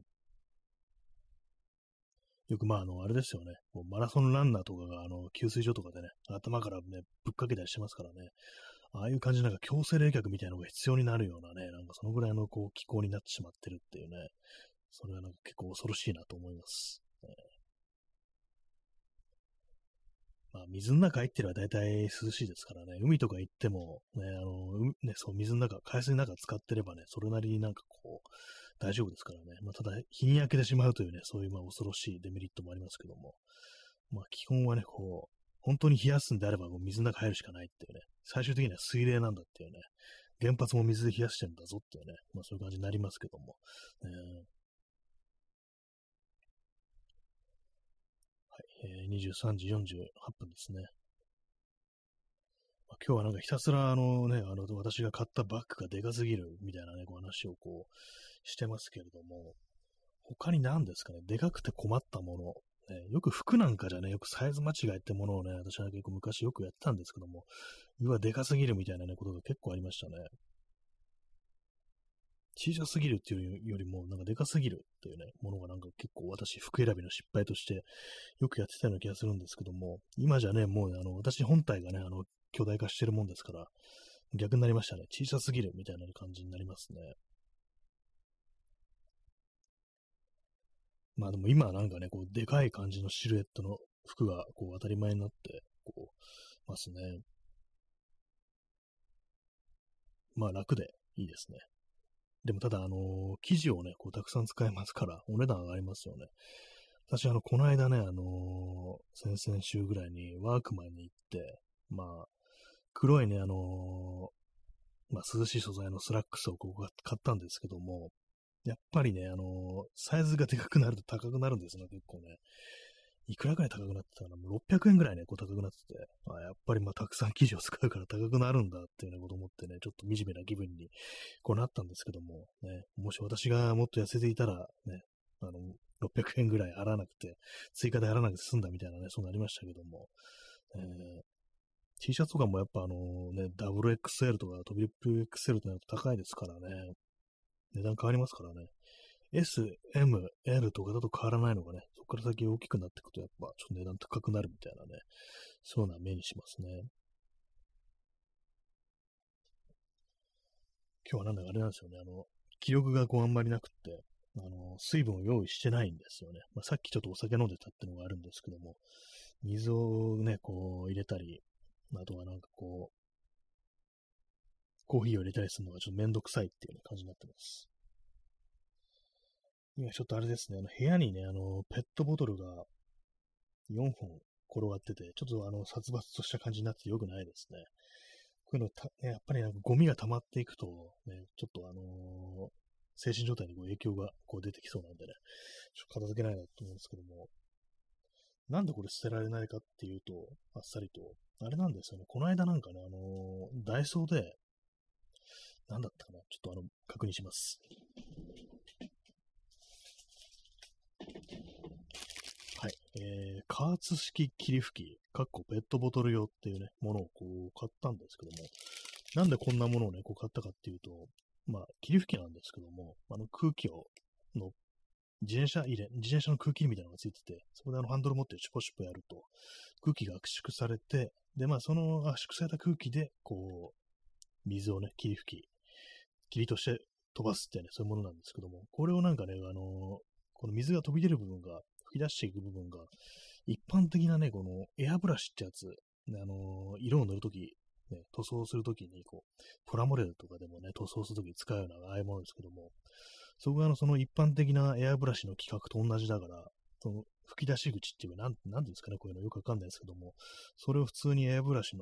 よくまああれですよね、こうマラソンランナーとかが給水所とかでね、頭からね、ぶっかけたりしてますからね。ああいう感じなんか強制冷却みたいなのが必要になるようなね、なんかそのぐらいのこう気候になってしまってるっていうね、それはなんか結構恐ろしいなと思います。まあ、水の中入ってれば大体涼しいですからね、海とか行ってもね、ね、そう、水の中、海水の中使ってればね、それなりになんかこう、大丈夫ですからね。まあ、ただ、日に焼けてしまうというね、そういうまあ恐ろしいデメリットもありますけども、まあ、基本はね、こう、本当に冷やすんであれば、こう水の中入るしかないっていうね、最終的には水冷なんだっていうね、原発も水で冷やしてんだぞっていうね、まあそういう感じになりますけども、はい、23時48分ですね。まあ、今日はなんかひたすら私が買ったバッグがでかすぎるみたいなね、こう話をこうしてますけれども、他に何ですかね、でかくて困ったもの。よく服なんかじゃね、よくサイズ間違いってものをね、私は結構昔よくやってたんですけども、うわ、でかすぎるみたいなね、ことが結構ありましたね。小さすぎるっていうよりも、なんかでかすぎるっていうね、ものがなんか結構私、服選びの失敗としてよくやってたような気がするんですけども、今じゃね、もうね、私本体がね、巨大化してるもんですから、逆になりましたね。小さすぎるみたいな感じになりますね。まあでも今はなんかね、こう、でかい感じのシルエットの服がこう当たり前になって、こう、ますね。まあ楽でいいですね。でもただ、生地をね、こうたくさん使いますから、お値段上がりますよね。私、この間ね、先々週ぐらいにワークマンに行って、 まあ、黒いね、涼しい素材のスラックスをこう買ったんですけども、やっぱりね、サイズがでかくなると高くなるんですね、結構ね。いくらくらい高くなってたかな？もう600円ぐらいね、こう高くなってて、やっぱりまあたくさん生地を使うから高くなるんだっていうようなこと思ってね、ちょっと惨めな気分にこうなったんですけども、ね、もし私がもっと痩せていたら、ね、600円ぐらい払わなくて、追加で払わなくて済んだみたいなね、そうなりましたけども、T シャツとかもやっぱWXL とかトリプル XL ってなると高いですからね、値段変わりますからね。S、M、L とかだと変わらないのがね、そこから先大きくなっていくとやっぱちょっと値段高くなるみたいなね、そういうのは目にしますね。今日はなんだかあれなんですよね、気力がこうあんまりなくって、水分を用意してないんですよね。まあ、さっきちょっとお酒飲んでたってのがあるんですけども、水をね、こう入れたり、あとはなんかこう、コーヒーを入れたりするのがちょっとめんどくさいっていう、ね、感じになってます。今ちょっとあれですね、部屋にね、ペットボトルが4本転がってて、ちょっと殺伐とした感じになって良くないですね。こういうのね、やっぱりなんかゴミが溜まっていくと、ね、ちょっと精神状態にこう影響がこう出てきそうなんでね、ちょっと片付けないなと思うんですけども、なんでこれ捨てられないかっていうと、あっさりと、あれなんですよね、この間なんかね、ダイソーで、なんだったかな、ちょっと確認します。はい。加圧式霧吹き、かっこペットボトル用っていうね、ものをこう買ったんですけども、なんでこんなものをね、こう買ったかっていうと、まあ、霧吹きなんですけども、空気を、の、自転車の空気入れみたいなのがついてて、そこでハンドル持ってシュポシュポやると、空気が圧縮されて、で、まあ、その圧縮された空気で、こう、水をね、霧として飛ばすってね、そういうものなんですけども、これをなんかね、この水が飛び出る部分が、吹き出していく部分が、一般的なね、このエアブラシってやつ、ね、色を塗るとき、ね、塗装するときに、こう、プラモデルとかでもね、塗装するときに使うような、ああいうものですけども、そこがその一般的なエアブラシの規格と同じだから、その吹き出し口っていうか、なんていうんですかね、こういうのよくわかんないですけども、それを普通にエアブラシ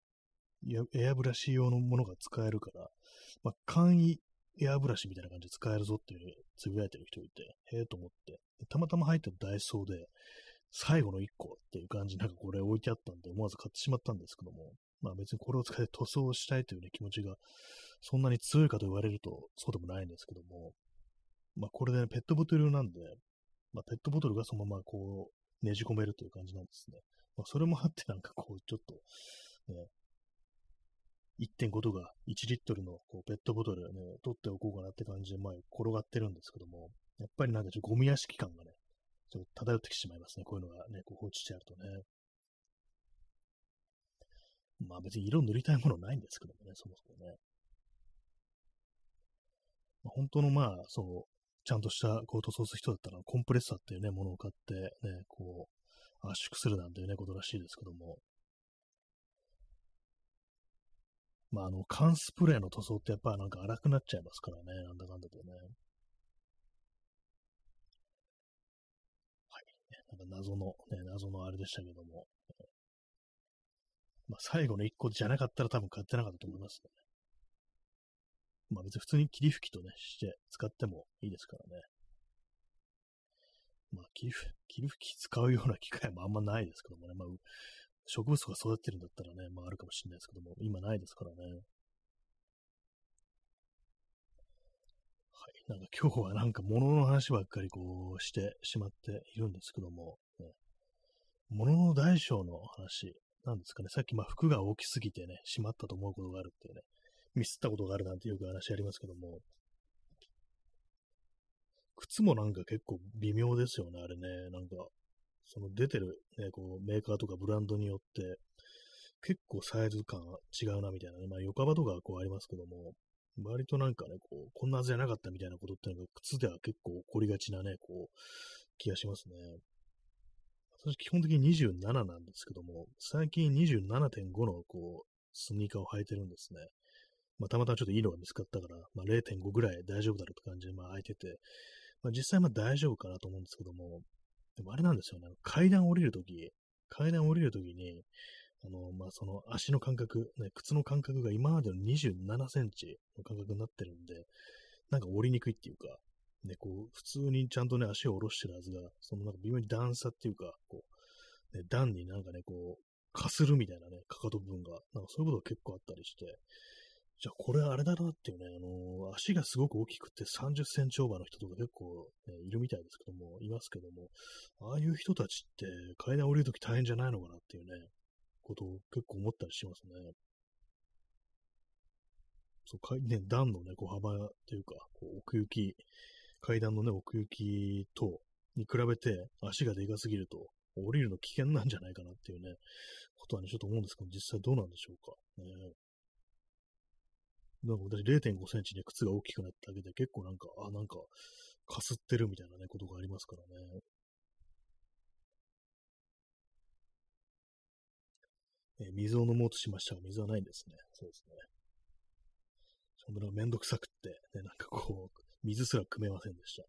用のものが使えるから、まあ、簡易エアブラシみたいな感じで使えるぞっていうつぶやいてる人いて、へえと思って、たまたま入ってるダイソーで、最後の1個っていう感じ、なんかこれ置いてあったんで、思わず買ってしまったんですけども、まあ別にこれを使って塗装したいというね、気持ちがそんなに強いかと言われるとそうでもないんですけども、まあこれで、ね、ペットボトルなんで、まあペットボトルがそのままこう、ねじ込めるという感じなんですね。まあそれもあってなんかこう、ちょっと、ね、1.5とか1リットルのこうペットボトルね、取っておこうかなって感じで前転がってるんですけども、やっぱりなんかちょっとゴミ屋敷感がね、ちょっと漂ってきてしまいますね。こういうのがね、こう放置してあるとね。まあ別に色塗りたいものないんですけどもね、そもそもね。まあ、本当のまあ、そう、ちゃんとしたこう塗装する人だったら、コンプレッサーっていうね、ものを買ってね、こう、圧縮するなんていうね、ことらしいですけども、まあ缶スプレーの塗装ってやっぱなんか荒くなっちゃいますからね、なんだかんだでね。はい。なんか謎のあれでしたけども、まあ最後の一個じゃなかったら多分買ってなかったと思いますね。まあ別に普通に霧吹きとね、して使ってもいいですからね。まあ霧吹き使うような機会もあんまないですけどもね。まあ植物が育ってるんだったらね、まああるかもしれないですけども、今ないですからね。はい。なんか今日はなんか物の話ばっかりこうしてしまっているんですけども、ね、物の大小の話なんですかね。さっきまあ服が大きすぎてね、しまったと思うことがあるっていうね、ミスったことがあるなんてよく話ありますけども、靴もなんか結構微妙ですよね、あれね。なんか、その出てるね、こうメーカーとかブランドによって、結構サイズ感違うなみたいなね。まあ、横幅とかはこうありますけども、割となんかね、こう、こんなはずじゃなかったみたいなことっていうのが、靴では結構起こりがちなね、こう、気がしますね。私、基本的に27なんですけども、最近27.5の、こう、スニーカーを履いてるんですね。まあ、たまたまちょっといいのが見つかったから、まあ、0.5ぐらい大丈夫だろうって感じで、まあ、履いてて、まあ、実際まあ大丈夫かなと思うんですけども、でもあれなんですよね。階段降りるときに、 その足の間隔、ね、靴の間隔が今までの27センチの間隔になってるんで、なんか折りにくいっていうか、ね、こう、普通にちゃんとね、足を下ろしてるはずが、そのなんか微妙に段差っていうか、こう、ね、段になんかね、こう、かするみたいなね、かかと部分が、なんかそういうことが結構あったりして、じゃあこれあれだなっていうね、足がすごく大きくて30センチオーバーの人とか結構、ね、いるみたいですけども、いますけども、ああいう人たちって階段降りるとき大変じゃないのかなっていうね、ことを結構思ったりしますね。そう、ね、段のね、こう幅というか、こう奥行き、階段のね、奥行きと、に比べて足がでかすぎると、降りるの危険なんじゃないかなっていうね、ことはね、ちょっと思うんですけど、実際どうなんでしょうか。ね、なんか私0.5センチね、靴が大きくなっただけで結構なんか、なんか、かすってるみたいなね、ことがありますからね。水を飲もうとしましたが、水はないんですね。そうですね。ほんとなんかめんどくさくって、ね、なんかこう、水すら汲めませんでした。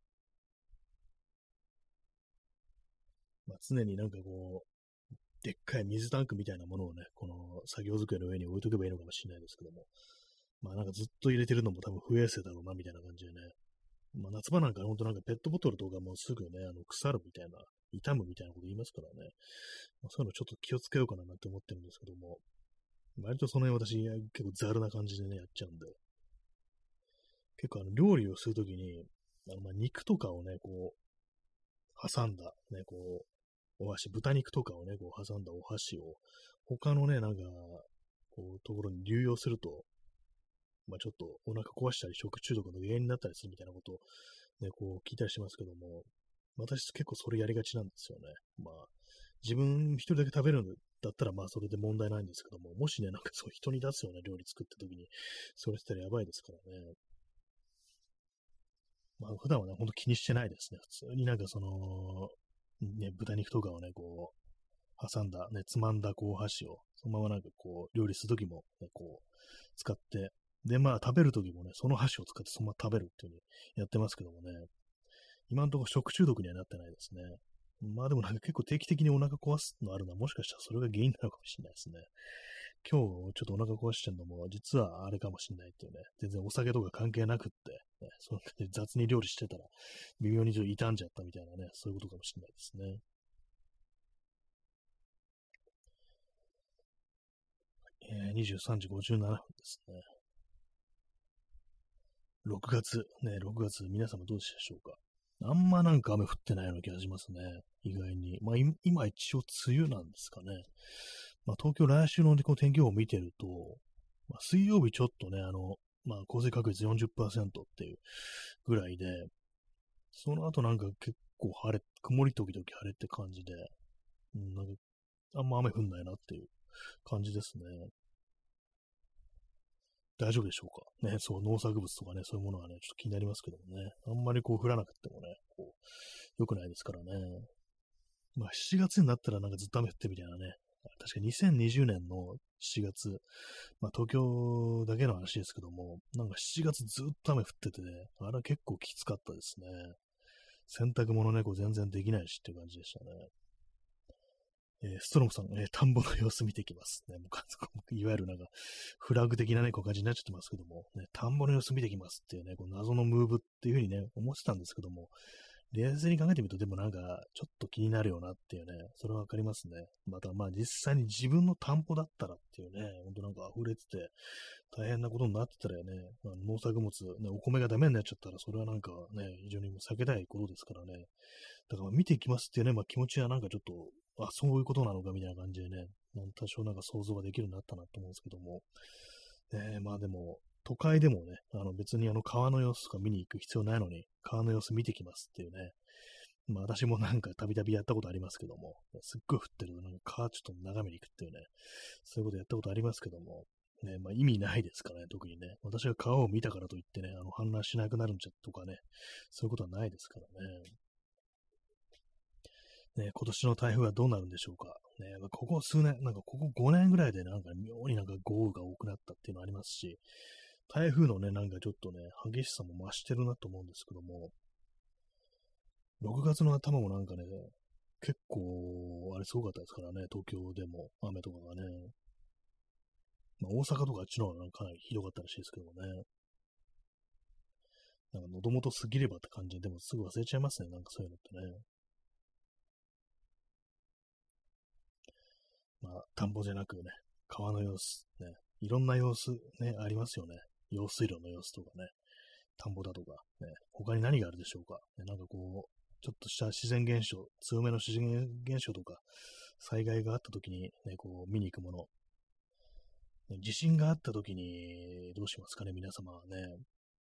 まあ、常になんかこう、でっかい水タンクみたいなものをね、この作業机の上に置いとけばいいのかもしれないですけども、まあなんかずっと入れてるのも多分不衛生だろうな、みたいな感じでね。まあ夏場なんかほんとなんかペットボトルとかもうすぐね、腐るみたいな、傷むみたいなこと言いますからね。まあ、そういうのちょっと気をつけようかななんて思ってるんですけども、割とその辺私結構ザルな感じでね、やっちゃうんで、結構料理をするときに、まあ、肉とかをね、こう、挟んだ、ね、こう、お箸、豚肉とかをね、こう挟んだお箸を、他のね、なんか、こう、ところに流用すると、まあちょっとお腹壊したり食中毒の原因になったりするみたいなことをね、こう聞いたりしますけども、私結構それやりがちなんですよね。まあ、自分一人だけ食べるんだったらまあそれで問題ないんですけども、もしね、なんかそう人に出すような料理作った時に、それしたらやばいですからね。まあ普段はね、ほんと気にしてないですね。普通になんかその、ね、豚肉とかをね、こう、挟んだ、ね、つまんだこう箸を、そのままなんかこう、料理するときも、ね、こう、使って、で、まあ食べるときもね、その箸を使ってそのまま食べるっていう風にやってますけどもね、今のところ食中毒にはなってないですね。まあでもなんか結構定期的にお腹壊すのあるのはもしかしたらそれが原因なのかもしれないですね。今日ちょっとお腹壊してるのも実はあれかもしれないっていうね、全然お酒とか関係なくって、ね、その雑に料理してたら微妙にちょっと傷んじゃったみたいなね、そういうことかもしれないですね。23時57分ですね。6月、ね、6月、皆様どうでしたでしょうか。あんまなんか雨降ってないような気がしますね。意外に。まあ、今一応梅雨なんですかね。まあ、東京来週のこう天気予報を見てると、まあ、水曜日ちょっとね、まあ、降水確率40%っていうぐらいで、その後なんか結構曇り時々晴れって感じで、なんかあんま雨降んないなっていう感じですね。大丈夫でしょうかね、そう、農作物とかね、そういうものがね、ちょっと気になりますけどもね。あんまりこう降らなくてもね、こう、良くないですからね。まあ7月になったらなんかずっと雨降ってみたいなね。確か2020年の7月、まあ東京だけの話ですけども、なんか7月ずっと雨降っててね、あれは結構きつかったですね。洗濯物ね、こう全然できないしっていう感じでしたね。ストロムさん、田んぼの様子見てきます。ね、もういわゆるなんか、フラグ的なね、こう感じになっちゃってますけども、ね、田んぼの様子見てきますっていうね、こう謎のムーブっていうふうにね、思ってたんですけども、冷静に考えてみると、でもなんか、ちょっと気になるよなっていうね、それはわかりますね。また、まあ実際に自分の田んぼだったらっていうね、ほんとなんか溢れてて、大変なことになってたらね、まあ、農作物、ね、お米がダメになっちゃったら、それはなんかね、非常にもう避けたいことですからね。だから見ていきますっていうね、まあ気持ちはなんかちょっと、そういうことなのかみたいな感じでね、多少なんか想像ができるようになったなと思うんですけども、まあでも、都会でもね、別に川の様子とか見に行く必要ないのに、川の様子見てきますっていうね、まあ私もなんかたびたびやったことありますけども、すっごい降ってるとなんか川ちょっと眺めに行くっていうね、そういうことやったことありますけども、ね、まあ意味ないですからね、特にね。私が川を見たからといってね、氾濫しなくなるんじゃとかね、そういうことはないですからね。ね、今年の台風はどうなるんでしょうか。ね、まあここ数年、なんかここ5年ぐらいでなんか妙になんか豪雨が多くなったっていうのありますし、台風のね、なんかちょっとね、激しさも増してるなと思うんですけども、6月の頭もなんかね、 結構、あれすごかったですからね、東京でも雨とかがね。まあ、大阪とかあっちの方がかなりひどかったらしいですけどもね。なんか喉元過ぎればって感じで、でもすぐ忘れちゃいますね、なんかそういうのってね。まあ、田んぼじゃなくね、川の様子、ね、いろんな様子ね、ありますよね。用水路の様子とかね、田んぼだとか、ね、他に何があるでしょうか。ね、なんかこう、ちょっとした自然現象、強めの自然現象とか、災害があった時にね、こう見に行くもの、ね、地震があった時にどうしますかね、皆様はね。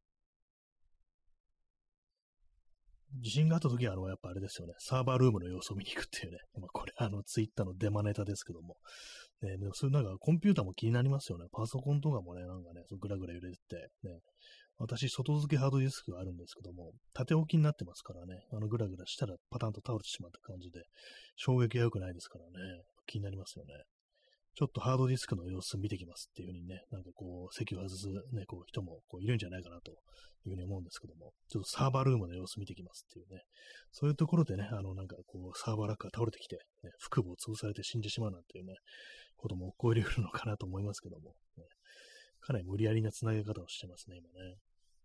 地震があった時は、やっぱあれですよね、サーバールームの様子を見に行くっていうね、まあ、これ、ツイッターのデマネタですけども、ね、でもそういうなんかコンピューターも気になりますよね。パソコンとかもね、なんかね、そうぐらぐら揺れてて、ね、私、外付けハードディスクがあるんですけども、縦置きになってますからね、ぐらぐらしたらパタンと倒れてしまった感じで、衝撃が良くないですからね、気になりますよね。ちょっとハードディスクの様子見てきますっていう風にね、なんかこう、席を外すね、こう人もこういるんじゃないかなというふうに思うんですけども、ちょっとサーバールームの様子見てきますっていうね、そういうところでね、なんかこう、サーバーラックが倒れてきて、ね、腹部を潰されて死んでしまうなんていうね、ことも起こり得るのかなと思いますけども、ね、かなり無理やりな繋げ方をしてますね、今ね。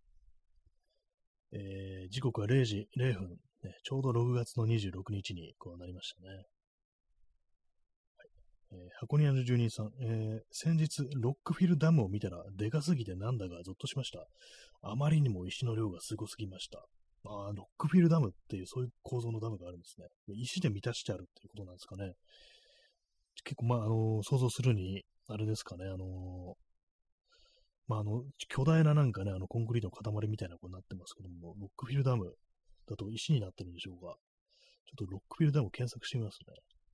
時刻は0時0分、ね、ちょうど6月の26日にこうなりましたね。箱庭の住人さん、先日、ロックフィルダムを見たら、でかすぎてなんだかゾッとしました。あまりにも石の量がすごすぎました。ああ、ロックフィルダムっていう、そういう構造のダムがあるんですね。石で満たしてあるっていうことなんですかね。結構、まあ、想像するに、あれですかね、まあ、巨大ななんかね、コンクリートの塊みたいなことになってますけども、ロックフィルダムだと石になってるんでしょうか。ちょっとロックフィルダムを検索してみますね。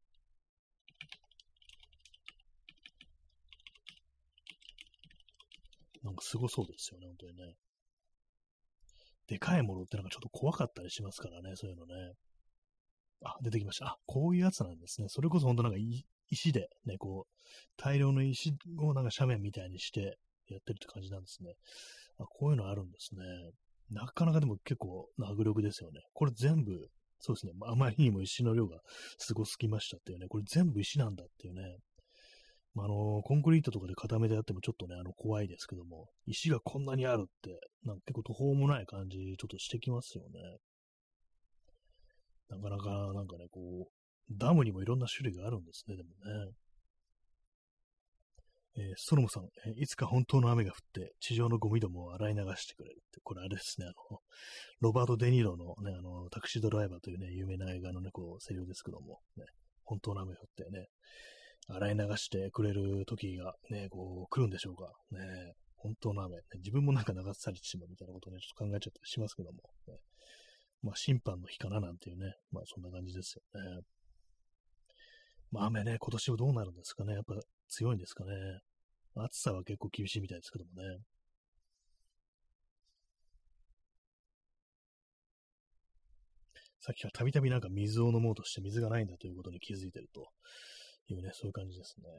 なんかすごそうですよね、本当にね。でかいものってなんかちょっと怖かったりしますからね、そういうのね。あ、出てきました。あ、こういうやつなんですね。それこそ本当なんか石でね、こう、大量の石をなんか斜面みたいにしてやってるって感じなんですね。あ、こういうのあるんですね。なかなかでも結構な迫力ですよね。これ全部、そうですね。あまりにも石の量がすごすぎましたっていうね。これ全部石なんだっていうね。まあ、コンクリートとかで固めてあってもちょっとね、怖いですけども、石がこんなにあるって、なんか結構途方もない感じ、ちょっとしてきますよね。なかなか、なんかね、こう、ダムにもいろんな種類があるんですね、でもね。ストロムさん、いつか本当の雨が降って、地上のゴミどもを洗い流してくれるって、これあれですね、ロバート・デ・ニーロのね、タクシードライバーというね、有名な映画のね、こう、セリフですけども、ね、本当の雨が降ってね、洗い流してくれる時がね、こう、来るんでしょうか。ね、本当の雨、ね。自分もなんか流されてしまうみたいなことをね、ちょっと考えちゃったりしますけども、ね。まあ、審判の日かななんていうね、まあ、そんな感じですよね。まあ、雨ね、今年はどうなるんですかね。やっぱ強いんですかね。暑さは結構厳しいみたいですけどもね。さっきからたびたびなんか水を飲もうとして水がないんだということに気づいてるというね、そういう感じですね。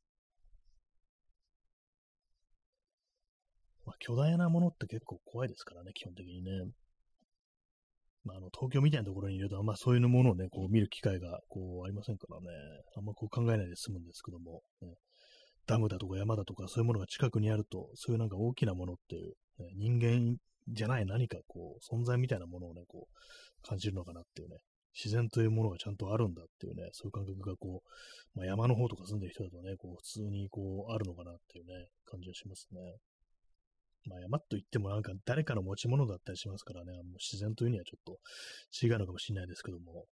まあ、巨大なものって結構怖いですからね、基本的にね。まあ、東京みたいなところにいると、あんまそういうものをね、こう見る機会がこうありませんからね、あんまこう考えないで済むんですけども、ね、ダムだとか山だとかそういうものが近くにあると、そういうなんか大きなものっていう、ね、人間じゃない何かこう、存在みたいなものをね、こう、感じるのかなっていうね、自然というものがちゃんとあるんだっていうね、そういう感覚がこう、まあ、山の方とか住んでる人だとね、こう、普通にこう、あるのかなっていうね、感じがしますね。まあ、山といってもなんか誰かの持ち物だったりしますからね、もう自然というにはちょっと違うのかもしれないですけども、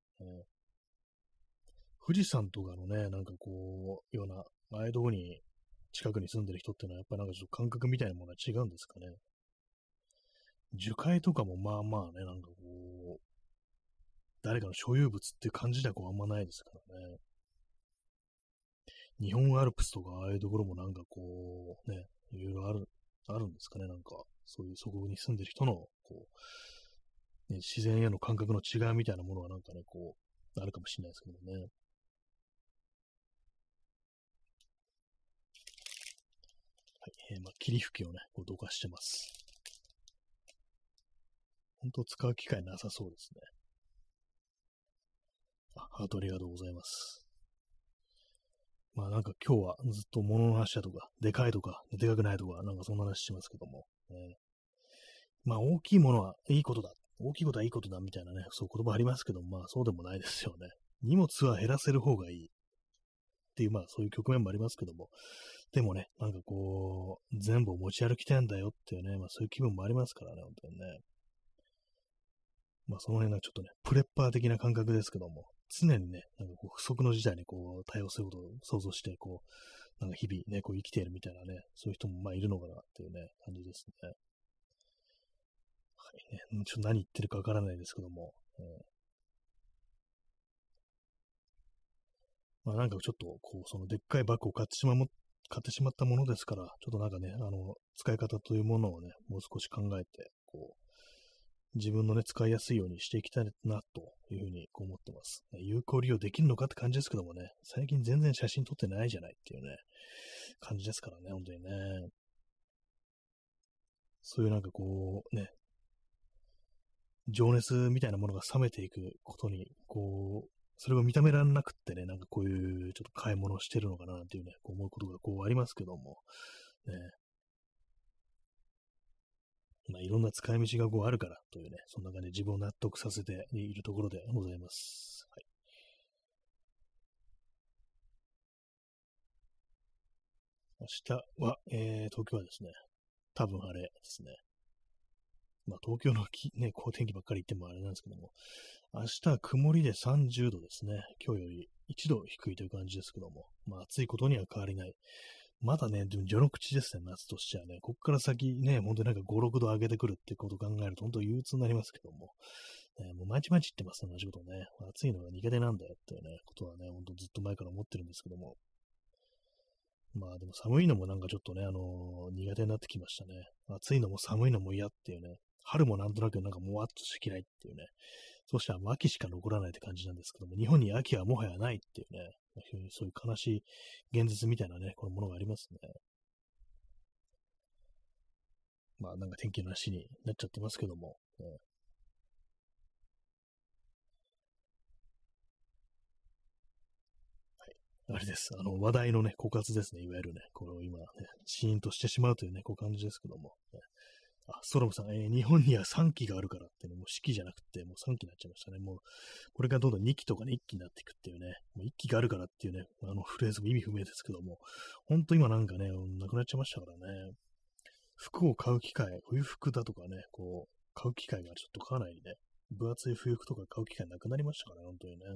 富士山とかのね、なんかこう、ような、ああいうとこに近くに住んでる人ってのはやっぱなんかちょっと感覚みたいなものは違うんですかね。樹海とかもまあまあね、なんかこう、誰かの所有物っていう感じではこうあんまないですからね。日本アルプスとかああいうところもなんかこう、ね、いろいろあるんですかね、なんか、そういうそこに住んでる人の、こう、ね、自然への感覚の違いみたいなものはなんかね、こう、あるかもしれないですけどね。はい、まあ、霧吹きをね、こうどかしてます。本当使う機会なさそうですね。 ハートありがとうございます。まあなんか今日はずっと物の話だとか、でかいとか、でかくないとか、なんかそんな話しますけども、まあ大きいものはいいことだ。大きいことはいいことだみたいなね、そう言葉ありますけど、まあそうでもないですよね。荷物は減らせる方がいいっていう、まあそういう局面もありますけども、でもね、なんかこう、全部を持ち歩きたいんだよっていうね、まあそういう気分もありますからね、本当にね。まあその辺がちょっとね、プレッパー的な感覚ですけども、常にね、なんかこう不測の事態にこう対応することを想像して、こう、なんか日々ね、こう生きているみたいなね、そういう人もまあいるのかなっていうね、感じですね。はいね。ちょっと何言ってるかわからないですけども、まあなんかちょっとこう、そのでっかいバッグを買ってしまったものですから、ちょっとなんかね、使い方というものをね、もう少し考えて、こう、自分のね、使いやすいようにしていきたいな、というふうにこう思ってます。有効利用できるのかって感じですけどもね、最近全然写真撮ってないじゃないっていうね、感じですからね、本当にね。そういうなんかこう、ね、情熱みたいなものが冷めていくことに、こう、それを認められなくってね、なんかこういうちょっと買い物をしてるのかなっていうね、こう思うことがこうありますけども、ね、まあいろんな使い道がこうあるからというね、そんな感じで自分を納得させているところでございます。はい。明日は、東京はですね、多分晴れですね。まあ東京のね、こう天気ばっかり言ってもあれなんですけども、明日は曇りで30度ですね。今日より1度低いという感じですけども、まあ暑いことには変わりない。まだね、でも序の口ですね、夏としてはね。こっから先ね、本当になんか5、6度上げてくるってことを考えると、本当憂鬱になりますけども、もう毎日毎日言ってます、同じことね。暑いのが苦手なんだよっていうね、ことはね、ほんとずっと前から思ってるんですけども。まあでも寒いのもなんかちょっとね、苦手になってきましたね。暑いのも寒いのも嫌っていうね。春もなんとなくなんかもわっとして嫌いっていうね。そしたら秋しか残らないって感じなんですけども、日本に秋はもはやないっていうね、そういう悲しい現実みたいなね、このものがありますね。まあなんか天気の話になっちゃってますけども、あれです。話題のね、枯渇ですね。いわゆるね、この今ね、シーンとしてしまうというね、こう感じですけども。ストロムさん、日本には3期があるからってね、もう四季じゃなくて、もう3期になっちゃいましたね。もう、これがどんどん2期とかね、1期になっていくっていうね、もう1期があるからっていうね、フレーズも意味不明ですけども、ほんと今なんかね、なくなっちゃいましたからね。服を買う機会、冬服だとかね、こう、買う機会がちょっとかなりね、分厚い冬服とか買う機会なくなりましたからね、本当にね。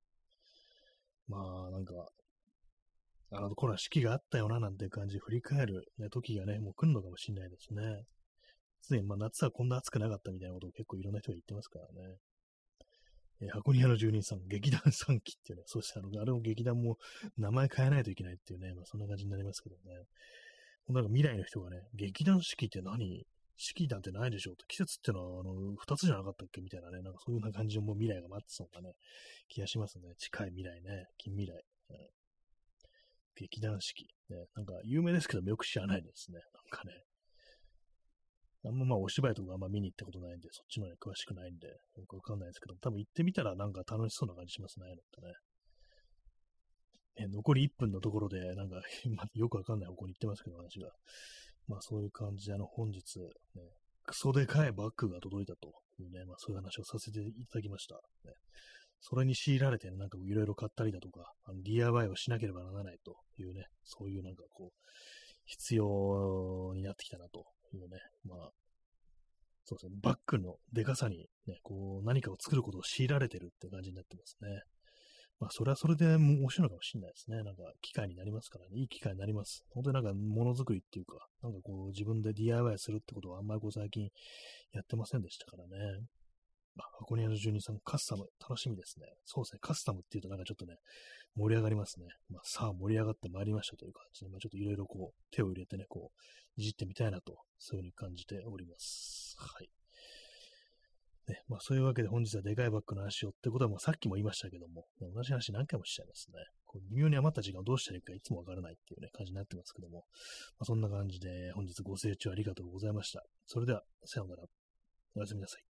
まあ、なんか、頃は四季があったよな、なんていう感じで振り返る、ね、時がね、もう来るのかもしれないですね。すでに、まあ、夏はこんな暑くなかったみたいなことを結構いろんな人が言ってますからね。箱庭の住人さん、劇団3期っていうね、そしてあれも劇団も名前変えないといけないっていうね、まあそんな感じになりますけどね。なんか未来の人がね、劇団四季って何四季なんてないでしょうと、季節ってのは二つじゃなかったっけみたいなね、なんかそういうような感じのもう未来が待ってそうなね、気がしますね。近い未来ね、近未来。劇団四季。ね、なんか有名ですけどよく知らないですね。なんかね、あんままあお芝居とかあんま見に行ったことないんで、そっちのね、詳しくないんで、よくわかんないですけど、多分行ってみたらなんか楽しそうな感じしますね、ってね。残り1分のところで、なんかまあよくわかんない方向に行ってますけど、話が。まあそういう感じで、本日、ね、クソでかいバッグが届いたというね、まあそういう話をさせていただきました。ね、それに強いられて、なんかいろいろ買ったりだとか、DIY をしなければならないというね、そういうなんかこう、必要になってきたなというね、まあ、そうですね、バッグのでかさにね、こう、何かを作ることを強いられてるって感じになってますね。まあ、それはそれで面白いのかもしれないですね。なんか、機会になりますからね。いい機会になります。本当になんか、ものづくりっていうか、なんかこう、自分で DIY するってことはあんまりこう、最近やってませんでしたからね。箱庭の住人さん、カスタム、楽しみですね。そうですね、カスタムっていうとなんかちょっとね、盛り上がりますね。さあ盛り上がってまいりましたという感じで、ちょっといろいろこう、手を入れてね、こう、いじってみたいなと、そういうふうに感じております。はい。ね、まあそういうわけで本日はでかいバッグの話をってことはもうさっきも言いましたけども、同じ話何回もしちゃいますね。こう微妙に余った時間をどうしたらいいかいつもわからないっていうね、感じになってますけども、そんな感じで本日ご清聴ありがとうございました。それでは、さようなら。おやすみなさい。